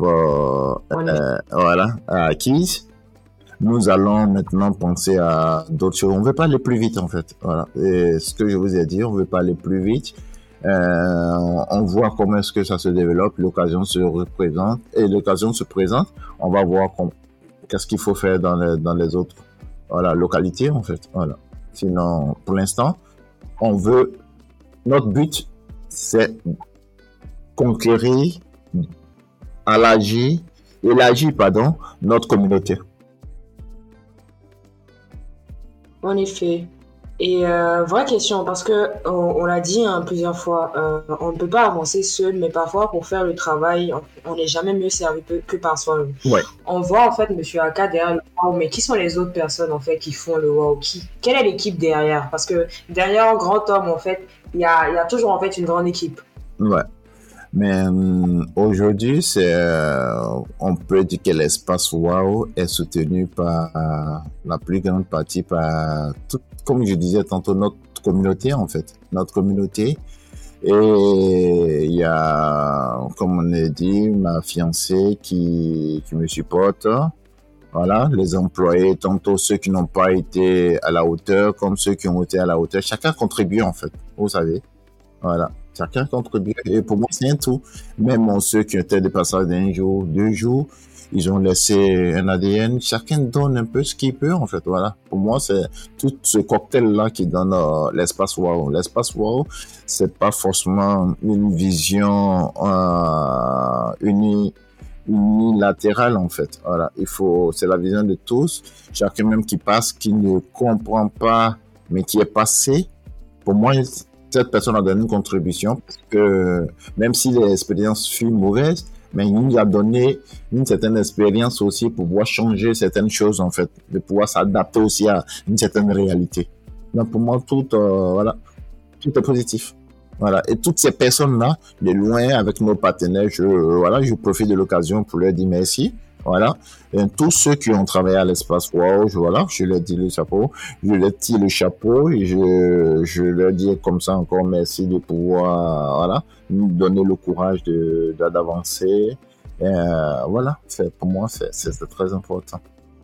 acquise, nous allons maintenant penser à d'autres choses. On ne veut pas aller plus vite, en fait. Voilà. Et ce que je vous ai dit, on ne veut pas aller plus vite. On voit comment est-ce que ça se développe, l'occasion se représente, et l'occasion se présente, on va voir qu'est-ce qu'il faut faire dans les autres localités, en fait. Voilà. Sinon, pour l'instant, notre but, c'est conquérir, élargir, notre communauté. En effet. Et vraie question, parce que on l'a dit plusieurs fois, on ne peut pas avancer seul, mais parfois pour faire le travail, on n'est jamais mieux servi que par soi-même. Ouais. On voit en fait Monsieur Aka derrière le WOW, mais qui sont les autres personnes en fait qui font le WOW? Quelle est l'équipe derrière? Parce que derrière un grand homme, en fait, il y a toujours en fait une grande équipe. Ouais. Mais aujourd'hui, on peut dire que l'espace WOW est soutenu par la plus grande partie par toute, comme je disais tantôt, notre communauté, en fait. Notre communauté. Et il y a, comme on a dit, ma fiancée qui me supporte. Voilà, les employés, tantôt ceux qui n'ont pas été à la hauteur, comme ceux qui ont été à la hauteur. Chacun contribue, en fait, vous savez. Voilà. Chacun contribue. Et pour moi, c'est un tout. Même ceux qui étaient de passage d'un jour, 2 jours, ils ont laissé un ADN. Chacun donne un peu ce qu'il peut, en fait. Voilà. Pour moi, c'est tout ce cocktail-là qui donne l'espace WOW. L'espace WOW, c'est pas forcément une vision unilatérale, en fait. Voilà. C'est la vision de tous. Chacun même qui passe, qui ne comprend pas, mais qui est passé. Pour moi, cette personne a donné une contribution parce que même si l'expérience fut mauvaise, mais il nous a donné une certaine expérience aussi pour pouvoir changer certaines choses, en fait, de pouvoir s'adapter aussi à une certaine réalité. Donc pour moi, tout est positif. Voilà. Et toutes ces personnes-là, de loin, avec nos partenaires, je profite de l'occasion pour leur dire merci. Voilà. Et tous ceux qui ont travaillé à l'espace WOW, je leur dis le chapeau, je leur tire le chapeau et je leur dis comme ça encore merci de pouvoir, nous donner le courage d'avancer. Voilà. Pour moi, c'est très important.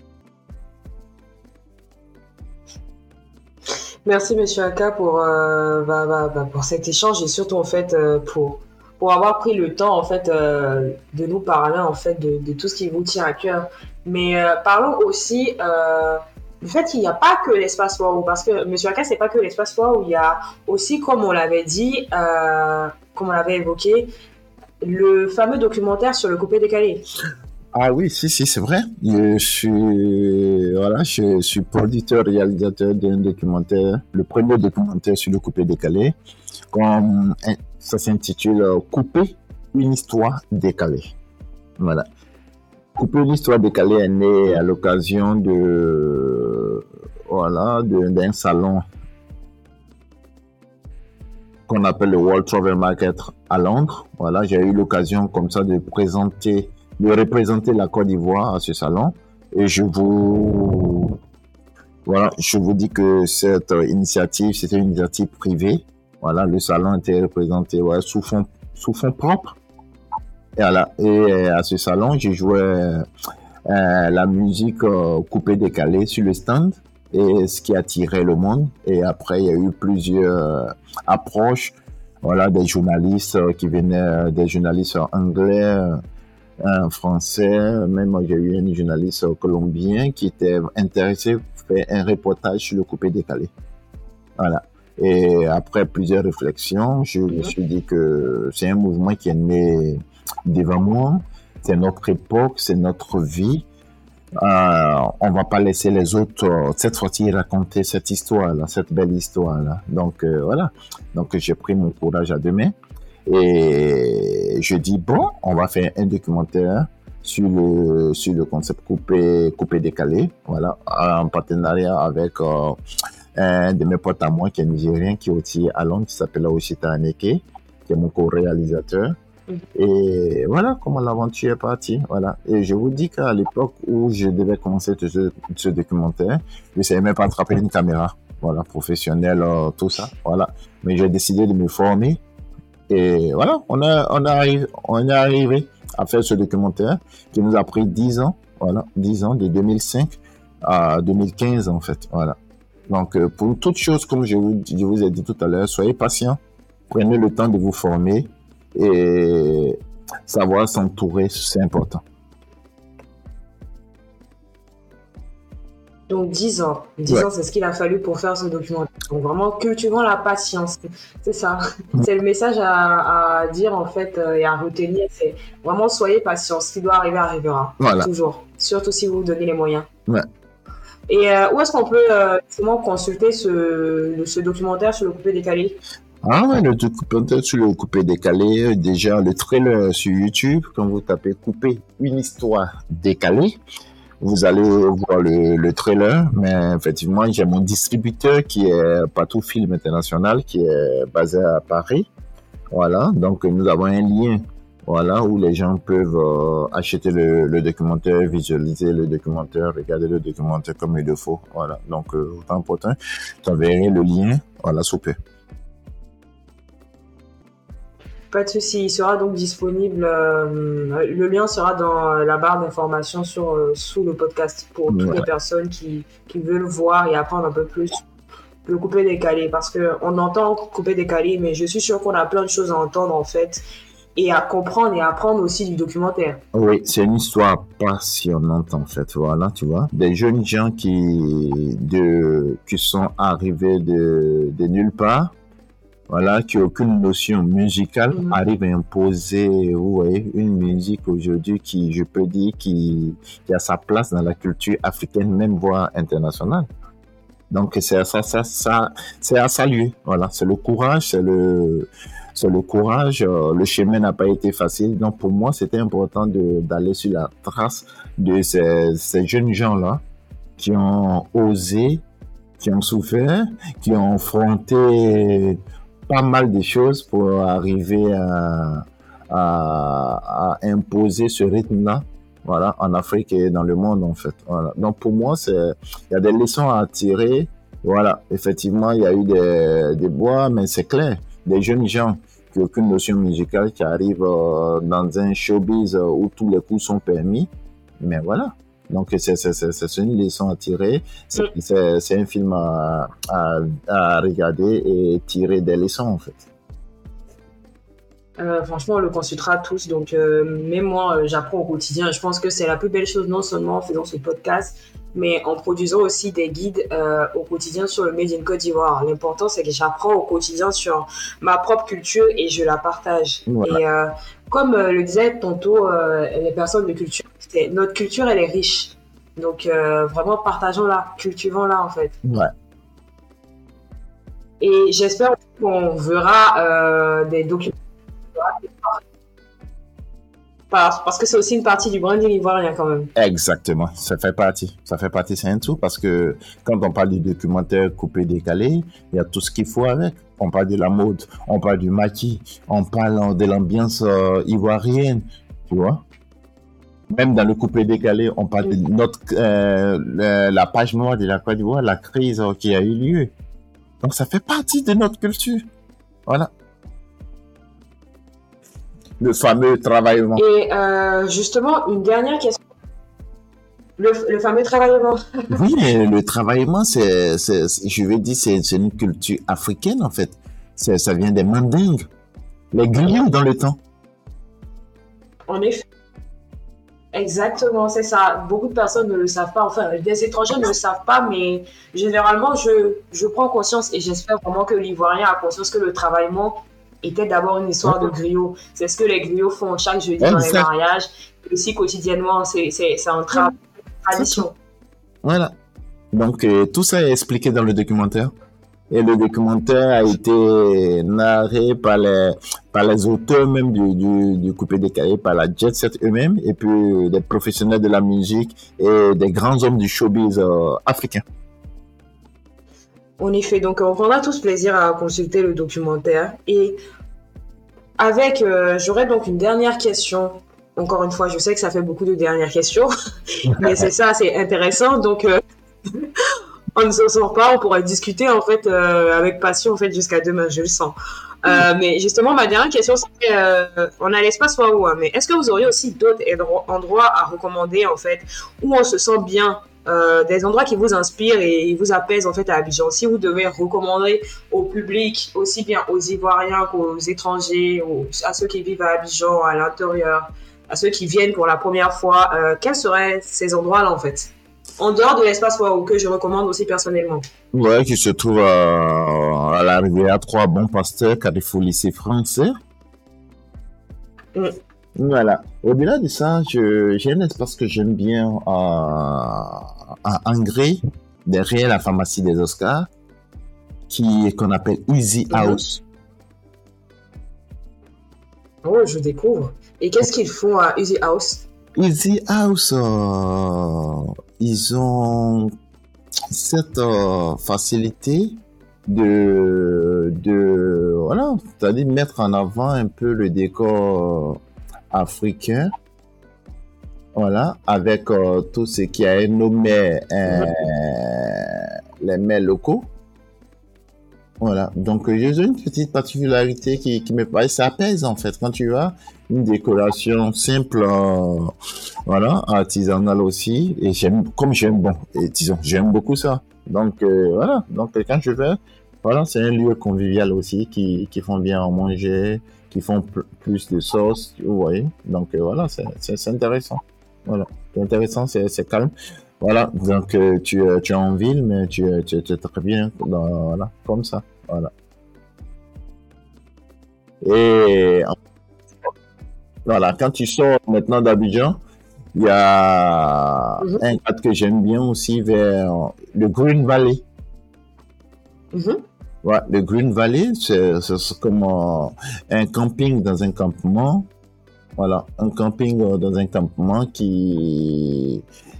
Merci, Monsieur Aka, pour cet échange et surtout, en fait, pour avoir pris le temps, en fait, de nous parler, en fait, de tout ce qui vous tient à cœur. Mais parlons aussi du fait qu'il n'y a pas que l'espace WOW, parce que Monsieur Aka, c'est pas que l'espace WOW, il y a aussi, comme on l'avait dit, comme on l'avait évoqué, le fameux documentaire sur le coupé-décalé. Ah oui, si, c'est vrai. Je suis producteur, réalisateur d'un documentaire, le premier documentaire sur le coupé-décalé. Ça s'intitule Couper une histoire décalée. Voilà. Couper une histoire décalée est né à l'occasion d'un salon qu'on appelle le World Travel Market à Londres. Voilà, j'ai eu l'occasion comme ça de représenter la Côte d'Ivoire à ce salon. Et je vous dis que cette initiative, c'était une initiative privée. Voilà, le salon était représenté sous fond propre. Et à ce salon, j'ai joué la musique coupée-décalée sur le stand, et ce qui attirait le monde. Et après, il y a eu plusieurs approches, des journalistes qui venaient, des journalistes anglais, français, même j'ai eu un journaliste colombien qui était intéressé pour faire un reportage sur le coupé-décalé. Voilà. Et après plusieurs réflexions, je me suis dit que c'est un mouvement qui est né devant moi. C'est notre époque, c'est notre vie. On va pas laisser les autres, cette fois-ci, raconter cette histoire-là, cette belle histoire-là. Donc, voilà. Donc, j'ai pris mon courage à deux mains et je dis, bon, on va faire un documentaire sur le concept coupé décalé. Voilà. En partenariat avec, un de mes potes à moi qui est nigérien, qui est aussi à Londres, qui s'appelle Aoshita Aneke, qui est mon co-réalisateur. Et voilà comment l'aventure est partie. Voilà. Et je vous dis qu'à l'époque où je devais commencer ce documentaire, je savais même pas attraper une caméra. Voilà, professionnelle, tout ça. Voilà. Mais j'ai décidé de me former. Et voilà, on est arrivé à faire ce documentaire qui nous a pris 10 ans. Voilà, 10 ans, de 2005 à 2015 en fait. Voilà. Donc, pour toute chose, comme je vous ai dit tout à l'heure, soyez patient. Prenez le temps de vous former. Et savoir s'entourer, c'est important. Donc 10 ans. 10 ans, c'est ce qu'il a fallu pour faire ce documentaire. Donc vraiment, cultivons la patience. C'est ça. C'est le message à dire en fait et à retenir. C'est vraiment soyez patient. Ce qui doit arriver, arrivera. Voilà. Toujours. Surtout si vous vous donnez les moyens. Ouais. Et où est-ce qu'on peut justement consulter ce documentaire sur le coupé décalé? Ah ouais, le documentaire sur le coupé décalé, déjà le trailer sur YouTube, quand vous tapez coupé une histoire décalée, vous allez voir le trailer, mais effectivement, j'ai mon distributeur qui est Patou Film International, qui est basé à Paris. Voilà, donc nous avons un lien, voilà, où les gens peuvent acheter le documentaire, visualiser le documentaire, regarder le documentaire comme il le faut. Voilà, donc autant important, t'enverrai le lien, voilà, super. Pas de souci, il sera donc disponible. Le lien sera dans la barre d'information sous le podcast pour toutes les personnes qui veulent voir et apprendre un peu plus le coupé décalé. Parce qu'on entend coupé décalé, mais je suis sûre qu'on a plein de choses à entendre en fait et à comprendre et à apprendre aussi du documentaire. Oui, c'est une histoire passionnante en fait. Voilà, tu vois, des jeunes gens qui sont arrivés de nulle part. Voilà, qui n'a aucune notion musicale, arrive à imposer, vous voyez, une musique aujourd'hui qui, je peux dire, qui a sa place dans la culture africaine, même voire internationale. Donc, c'est à saluer. Voilà, c'est le courage, c'est le courage. Le chemin n'a pas été facile. Donc, pour moi, c'était important d'aller sur la trace de ces jeunes gens-là qui ont osé, qui ont souffert, qui ont affronté pas mal de choses pour arriver à imposer ce rythme-là, voilà, en Afrique et dans le monde, en fait. Voilà. Donc, pour moi, il y a des leçons à tirer. Voilà. Effectivement, il y a eu des bois, mais c'est clair. Des jeunes gens qui n'ont aucune notion musicale, qui arrivent dans un showbiz où tous les coups sont permis. Mais voilà. Donc, c'est une leçon à tirer. C'est un film à regarder et tirer des leçons, en fait. Franchement, on le consultera tous. Donc, même moi, j'apprends au quotidien. Je pense que c'est la plus belle chose, non seulement en faisant ce podcast, mais en produisant aussi des guides au quotidien sur le Made in Côte d'Ivoire. L'important, c'est que j'apprends au quotidien sur ma propre culture et je la partage. Voilà. Et comme le disait tantôt les personnes de culture, notre culture, elle est riche. Donc, vraiment, partageons-la, cultivons-la, en fait. Ouais. Et j'espère qu'on verra des documents. Parce que c'est aussi une partie du branding ivoirien quand même. Exactement, ça fait partie, c'est un tout, parce que quand on parle du documentaire coupé décalé, il y a tout ce qu'il faut avec. On parle de la mode, on parle du maquis, on parle de l'ambiance ivoirienne, tu vois. Même dans le coupé décalé, on parle de la page noire de la Côte d'Ivoire, la crise qui a eu lieu. Donc ça fait partie de notre culture, voilà. Le fameux travaillement. Et justement, une dernière question. Le fameux travaillement. Oui, mais le travaillement, je vais dire, c'est une culture africaine, en fait. Ça vient des Mandingues, les griots dans le temps. En effet. Exactement, c'est ça. Beaucoup de personnes ne le savent pas. Enfin, des étrangers ne le savent pas, mais généralement, je prends conscience et j'espère vraiment que l'Ivoirien a conscience que le travaillement était d'abord une histoire de griot. C'est ce que les griots font chaque jeudi dans les mariages. Aussi quotidiennement, c'est un travail. tradition. Voilà. Donc, tout ça est expliqué dans le documentaire. Et le documentaire a été narré par les auteurs même du Coupé Décalé, par la Jet Set eux-mêmes, et puis des professionnels de la musique et des grands hommes du showbiz africain. En effet, donc on prendra tous plaisir à consulter le documentaire. Et j'aurais donc une dernière question. Encore une fois, je sais que ça fait beaucoup de dernières questions, mais c'est ça, c'est intéressant. Donc, on ne se sort pas, on pourra discuter en fait avec passion en fait jusqu'à demain, je le sens. Mais justement, ma dernière question, c'est on a l'espace Waouh, mais est-ce que vous auriez aussi d'autres endroits à recommander en fait où on se sent bien, des endroits qui vous inspirent et vous apaisent en fait à Abidjan? Si vous devez recommander au public, aussi bien aux Ivoiriens qu'aux étrangers, à ceux qui vivent à Abidjan, à l'intérieur, à ceux qui viennent pour la première fois, quels seraient ces endroits-là en fait? En dehors de l'espace Waouh, que je recommande aussi personnellement. Ouais, qui se trouve à la rivière 3 Bon Pasteur, Carrefour lycée français. Voilà. Au-delà de ça, j'ai un espace que j'aime bien à Angré, derrière la pharmacie des Oscars, qu'on appelle Easy House. Oh, je découvre. Et qu'est-ce qu'ils font à Easy House? Easy House, ils ont cette facilité voilà, c'est-à-dire mettre en avant un peu le décor africain, voilà, avec tout ce qui a nommé les mets locaux. Voilà, donc j'ai une petite particularité qui me paraît, ça apaise en fait quand tu as une décoration simple, voilà, artisanale aussi, et j'aime beaucoup ça. Donc voilà, donc quand je vais, voilà, c'est un lieu convivial aussi qui font bien à manger, qui font plus de sauce, vous voyez. Donc voilà, c'est intéressant. Voilà, c'est intéressant, c'est calme. Voilà, donc tu es en ville, mais tu es très bien, voilà, comme ça. Voilà. Et voilà, quand tu sors maintenant d'Abidjan, il y a un cadre que j'aime bien aussi vers le Green Valley. Ouais, le Green Valley, c'est comme un camping dans un campement. Voilà, un camping dans un campement qui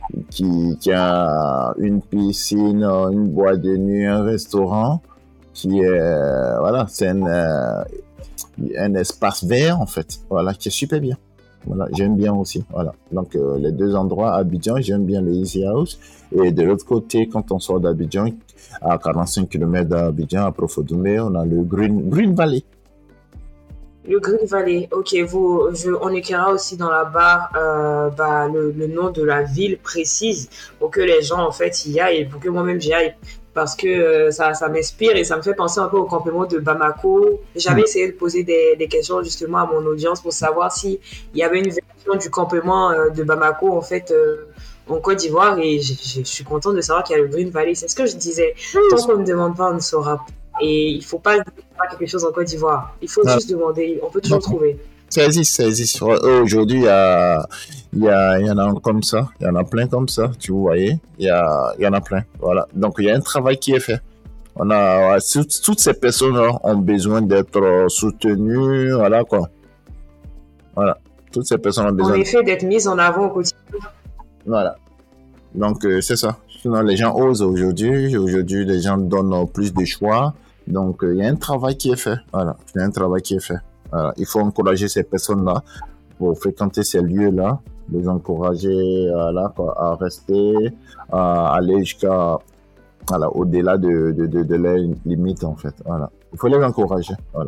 a une piscine, une boîte de nuit, un restaurant, qui est, voilà, c'est un espace vert, en fait, voilà, qui est super bien. Voilà, j'aime bien aussi, voilà. Donc, les deux endroits, Abidjan, j'aime bien le Easy House. Et de l'autre côté, quand on sort d'Abidjan, à 45 km d'Abidjan, à Profondément, on a le Green Valley. Le Green Valley, ok, on écrira aussi dans la barre le nom de la ville précise pour que les gens en fait y aillent et pour que moi-même j'y aille parce que ça m'inspire et ça me fait penser un peu au campement de Bamako. J'avais essayé de poser des questions justement à mon audience pour savoir s'il y avait une version du campement de Bamako en fait en Côte d'Ivoire et je suis contente de savoir qu'il y a le Green Valley. C'est ce que je disais. Tant qu'on ne demande pas, on ne saura pas. Et il ne faut pas faire quelque chose en Côte d'Ivoire. Il faut juste demander. On peut toujours trouver. Ça existe. Aujourd'hui, il y en a comme ça. Il y en a plein comme ça. Tu voyez, il y en a plein. Voilà. Donc, il y a un travail qui est fait. Toutes ces personnes-là ont besoin d'être soutenues. Voilà, quoi. Voilà. Toutes ces personnes ont besoin. En effet, d'être mises en avant au quotidien. Voilà. Donc, c'est ça. Sinon, les gens osent aujourd'hui. Aujourd'hui, les gens donnent plus de choix. Donc, il y a un travail qui est fait. Voilà. Il y a un travail qui est fait. Voilà. Il faut encourager ces personnes-là pour fréquenter ces lieux-là, les encourager à rester, à aller jusqu'à, au-delà de leurs limites, en fait. Voilà. Il faut les encourager. Voilà.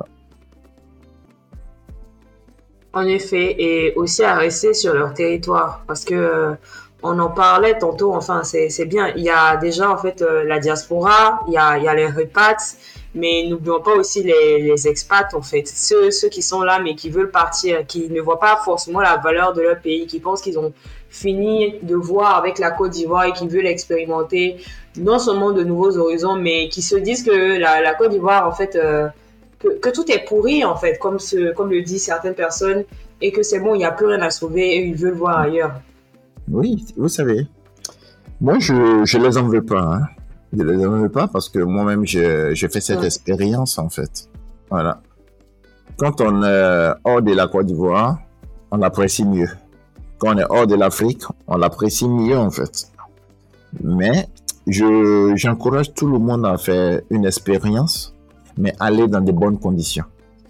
En effet, et aussi à rester sur leur territoire parce que on en parlait tantôt, enfin c'est bien, il y a déjà en fait la diaspora, il y a les repats, mais n'oublions pas aussi les expats en fait, ceux qui sont là mais qui veulent partir, qui ne voient pas forcément la valeur de leur pays, qui pensent qu'ils ont fini de voir avec la Côte d'Ivoire et qui veulent expérimenter non seulement de nouveaux horizons, mais qui se disent que la Côte d'Ivoire en fait que tout est pourri en fait, comme le disent certaines personnes, et que c'est bon, il n'y a plus rien à sauver et ils veulent voir ailleurs. Oui, vous savez, Moi, je les en veux pas, hein. Je les en veux pas parce que moi-même, j'ai fait cette expérience, en fait. Voilà. Quand on est hors de la Côte d'Ivoire, on apprécie mieux. Quand on est hors de l'Afrique, on l'apprécie mieux, en fait. Mais j'encourage tout le monde à faire une expérience, mais aller dans de bonnes conditions.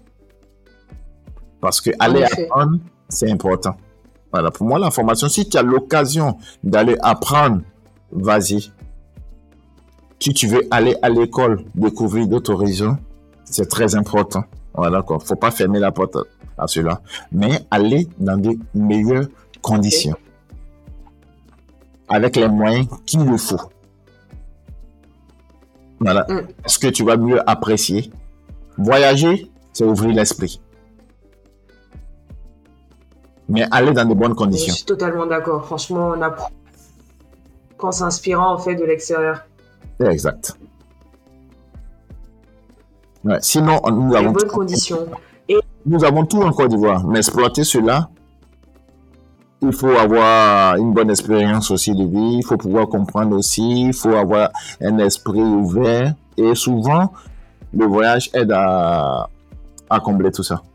Parce que aller apprendre, c'est important. Voilà, pour moi, la formation, si tu as l'occasion d'aller apprendre, vas-y. Si tu veux aller à l'école, découvrir d'autres horizons, c'est très important. Voilà, quoi. Faut pas fermer la porte à cela. Mais aller dans de meilleures conditions. Avec les moyens qu'il le faut. Voilà. Parce que tu vas mieux apprécier. Voyager, c'est ouvrir l'esprit. Mais aller dans de bonnes conditions. Je suis totalement d'accord. Franchement, on apprend en s'inspirant en fait de l'extérieur. Exact. Ouais. Sinon, nous avons bonnes conditions. Nous avons tout en Côte d'Ivoire, mais exploiter cela, il faut avoir une bonne expérience aussi de vie, il faut pouvoir comprendre aussi, il faut avoir un esprit ouvert. Et souvent, le voyage aide à combler tout ça.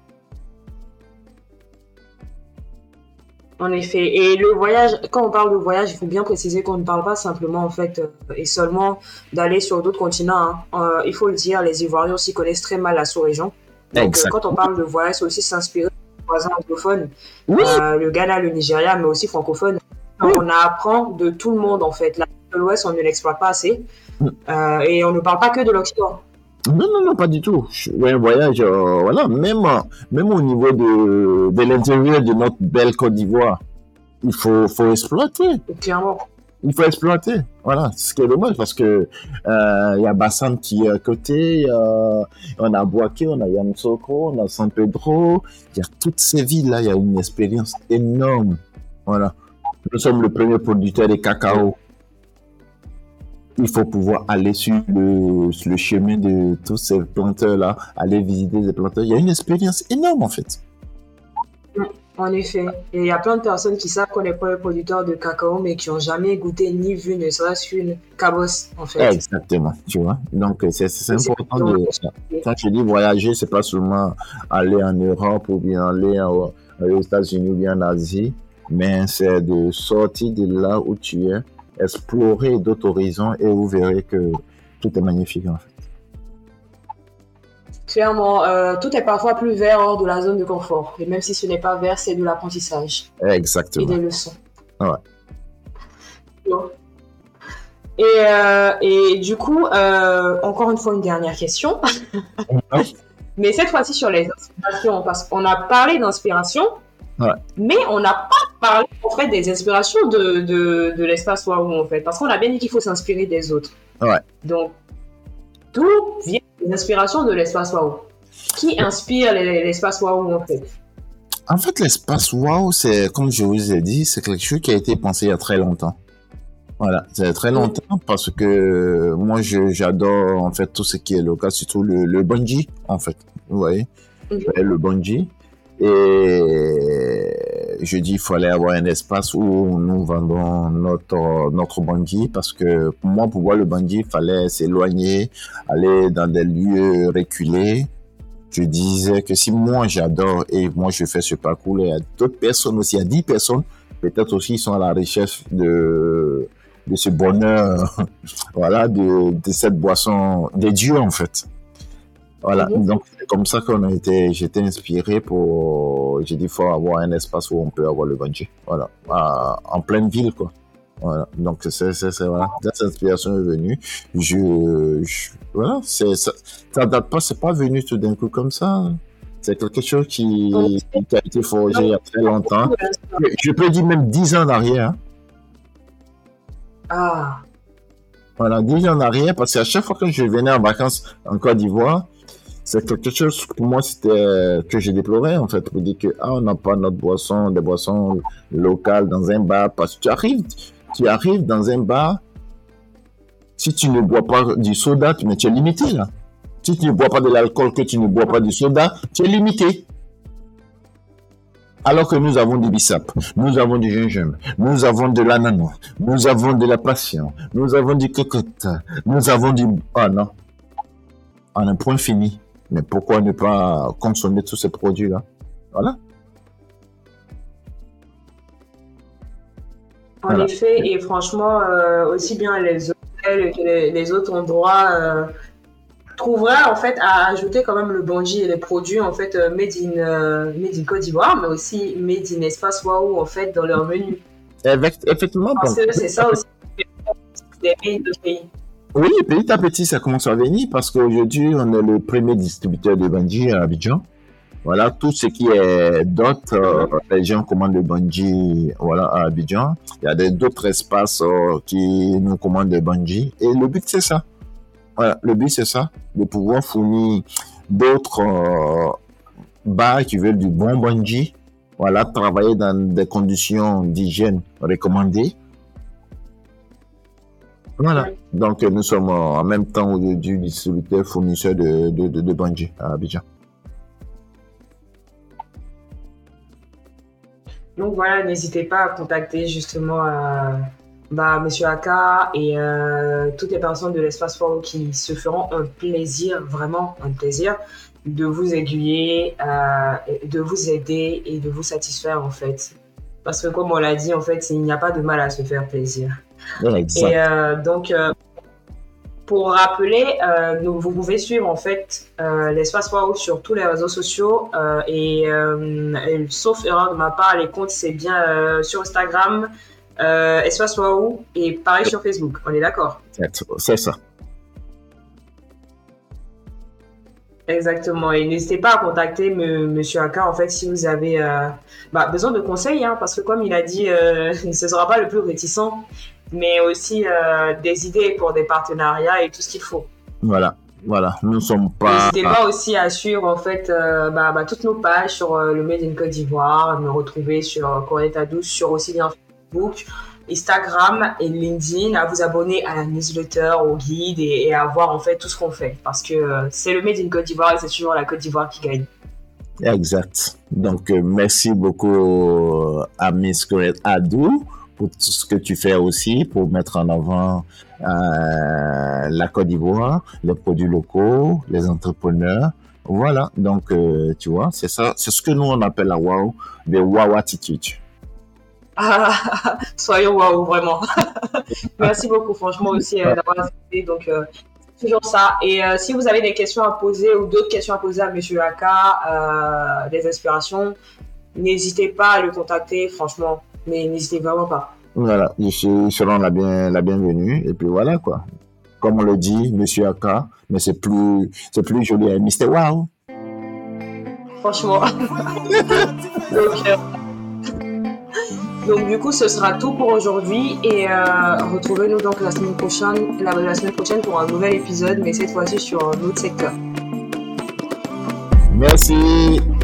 En effet. Et le voyage, quand on parle de voyage, il faut bien préciser qu'on ne parle pas simplement, en fait, et seulement d'aller sur d'autres continents. Hein. Il faut le dire, les Ivoiriens aussi connaissent très mal la sous-région. Donc, quand on parle de voyage, c'est aussi s'inspirer des voisins anglophones, le Ghana, le Nigeria, mais aussi francophones. On apprend de tout le monde, en fait. L'Afrique de l'Ouest, on ne l'exploite pas assez. Et on ne parle pas que de l'Occident. Non, pas du tout. Un voyage, voilà, même au niveau de l'intérieur de notre belle Côte d'Ivoire, il faut exploiter. Clairement. Il faut exploiter. Voilà, ce qui est dommage parce que y a Bassam qui est à côté, on a Bouaké, on a Yamoussoukro, on a San Pedro. Il y a toutes ces villes-là, il y a une expérience énorme. Voilà. Nous sommes le premier producteur de cacao. Il faut pouvoir aller sur le chemin de tous ces planteurs-là, aller visiter les planteurs. Il y a une expérience énorme, en fait. En effet. Et il y a plein de personnes qui savent qu'on est pas producteurs de cacao, mais qui n'ont jamais goûté ni vu ne serait-ce qu'une cabosse, en fait. Exactement, tu vois. Donc, c'est important de... Quand je dis voyager, c'est pas seulement aller en Europe ou bien aller aux États-Unis ou bien en Asie, mais c'est de sortir de là où tu es, explorer d'autres horizons et vous verrez que tout est magnifique, en fait. Clairement, tout est parfois plus vert hors de la zone de confort. Et même si ce n'est pas vert, c'est de l'apprentissage. Exactement. Et des leçons. Ouais. Et du coup, encore une fois, une dernière question. Mais cette fois-ci sur les inspirations, parce qu'on a parlé d'inspiration, mais on n'a pas parlé en fait des inspirations de l'espace Waouh, en fait. Parce qu'on a bien dit qu'il faut s'inspirer des autres. Ouais. Donc, d'où viennent les inspirations de l'espace Waouh? Qui inspire l'espace Waouh, en fait? En fait, l'espace Waouh, c'est, comme je vous ai dit, c'est quelque chose qui a été pensé il y a très longtemps. Voilà, c'est très longtemps parce que moi, j'adore en fait tout ce qui est local, surtout le bungee, en fait. Vous voyez, le bungee. Et je dis, il fallait avoir un espace où nous vendons notre bungee parce que pour moi, pour voir le bungee, il fallait s'éloigner, aller dans des lieux reculés. Je disais que si moi j'adore et moi je fais ce parcours, il y a d'autres personnes aussi, il y a 10 personnes, peut-être aussi, sont à la recherche de ce bonheur, voilà, de cette boisson des dieux, en fait. Voilà, donc c'est comme ça j'étais inspiré j'ai dit, il faut avoir un espace où on peut avoir le bungee, voilà, en pleine ville, quoi. Voilà, donc c'est voilà, cette inspiration est venue. Voilà, ça date pas, c'est pas venu tout d'un coup comme ça. C'est quelque chose qui a été forgé il y a très longtemps. Je peux dire même 10 ans en arrière. Ah. Voilà, 10 ans en arrière, parce qu'à chaque fois que je venais en vacances en Côte d'Ivoire, c'est quelque chose pour moi c'était que je déplorais, en fait, pour dire que on n'a pas notre boisson, des boissons locales dans un bar, parce que tu arrives dans un bar, si tu ne bois pas du soda, tu es limité, là. Si tu ne bois pas de l'alcool, que tu ne bois pas du soda, tu es limité. Alors que nous avons du bissap, nous avons du gingembre, nous avons de l'ananas, nous avons de la passion, nous avons du cocotte, nous avons du... Ah non, en un point fini. Mais pourquoi ne pas consommer tous ces produits-là? Voilà. En effet, et franchement, aussi bien les hôtels que les autres endroits trouveraient en fait à ajouter quand même le bangui et les produits en fait made in Côte d'Ivoire, mais aussi made in Espace Waouh en fait dans leur menu. Effectivement. Parce que c'est ça aussi des pays de pays. Oui, petit à petit, ça commence à venir parce qu'aujourd'hui, on est le premier distributeur de bungee à Abidjan. Voilà, tout ce qui est d'autres, les gens commandent le bungee, voilà, à Abidjan. Il y a d'autres espaces qui nous commandent des bungee. Et le but, c'est ça. Voilà, le but, c'est ça, de pouvoir fournir d'autres bars qui veulent du bon bungee. Voilà, travailler dans des conditions d'hygiène recommandées. Voilà. Donc, nous sommes en même temps aujourd'hui distributeurs fournisseurs de bungee à Abidjan. Donc voilà, n'hésitez pas à contacter justement Monsieur Aka et toutes les personnes de l'Espace Waouh qui se feront un plaisir, vraiment un plaisir, de vous aiguiller, de vous aider et de vous satisfaire en fait. Parce que comme on l'a dit, en fait, il n'y a pas de mal à se faire plaisir. Ouais, exact. Et donc, pour rappeler, vous pouvez suivre en fait l'Espace Waouh sur tous les réseaux sociaux et sauf erreur de ma part, les comptes c'est bien sur Instagram, Espace Waouh et pareil sur Facebook. On est d'accord? C'est ça. Exactement. Et n'hésitez pas à contacter Monsieur Aka en fait si vous avez besoin de conseils, hein, parce que comme il a dit, ce ne sera pas le plus réticent, mais aussi des idées pour des partenariats et tout ce qu'il faut. Voilà. Nous sommes pas... N'hésitez pas aussi à suivre en fait toutes nos pages sur le Made in Côte d'Ivoire, me retrouver sur Corneta Douce, sur aussi bien Facebook, Instagram et LinkedIn, à vous abonner à la newsletter, au guide et à voir en fait tout ce qu'on fait. Parce que c'est le Made in Côte d'Ivoire et c'est toujours la Côte d'Ivoire qui gagne. Exact. Donc, merci beaucoup à Miss Corneta Adou pour tout ce que tu fais aussi pour mettre en avant la Côte d'Ivoire, les produits locaux, les entrepreneurs. Voilà, donc tu vois, c'est ça, c'est ce que nous on appelle la wow, the wow attitude. Soyons wow, vraiment. Merci beaucoup, franchement aussi d'avoir accepté. Donc toujours ça. Et si vous avez des questions à poser ou d'autres questions à poser à Monsieur Aka, des inspirations, n'hésitez pas à le contacter, franchement, mais n'hésitez vraiment pas. Voilà, ils seront la bienvenue. Et puis voilà quoi. Comme on le dit, Monsieur Aka, mais c'est plus joli, Mr. Wow. Franchement. Donc du coup, ce sera tout pour aujourd'hui et retrouvez-nous donc la semaine prochaine pour un nouvel épisode, mais cette fois-ci sur un autre secteur. Merci.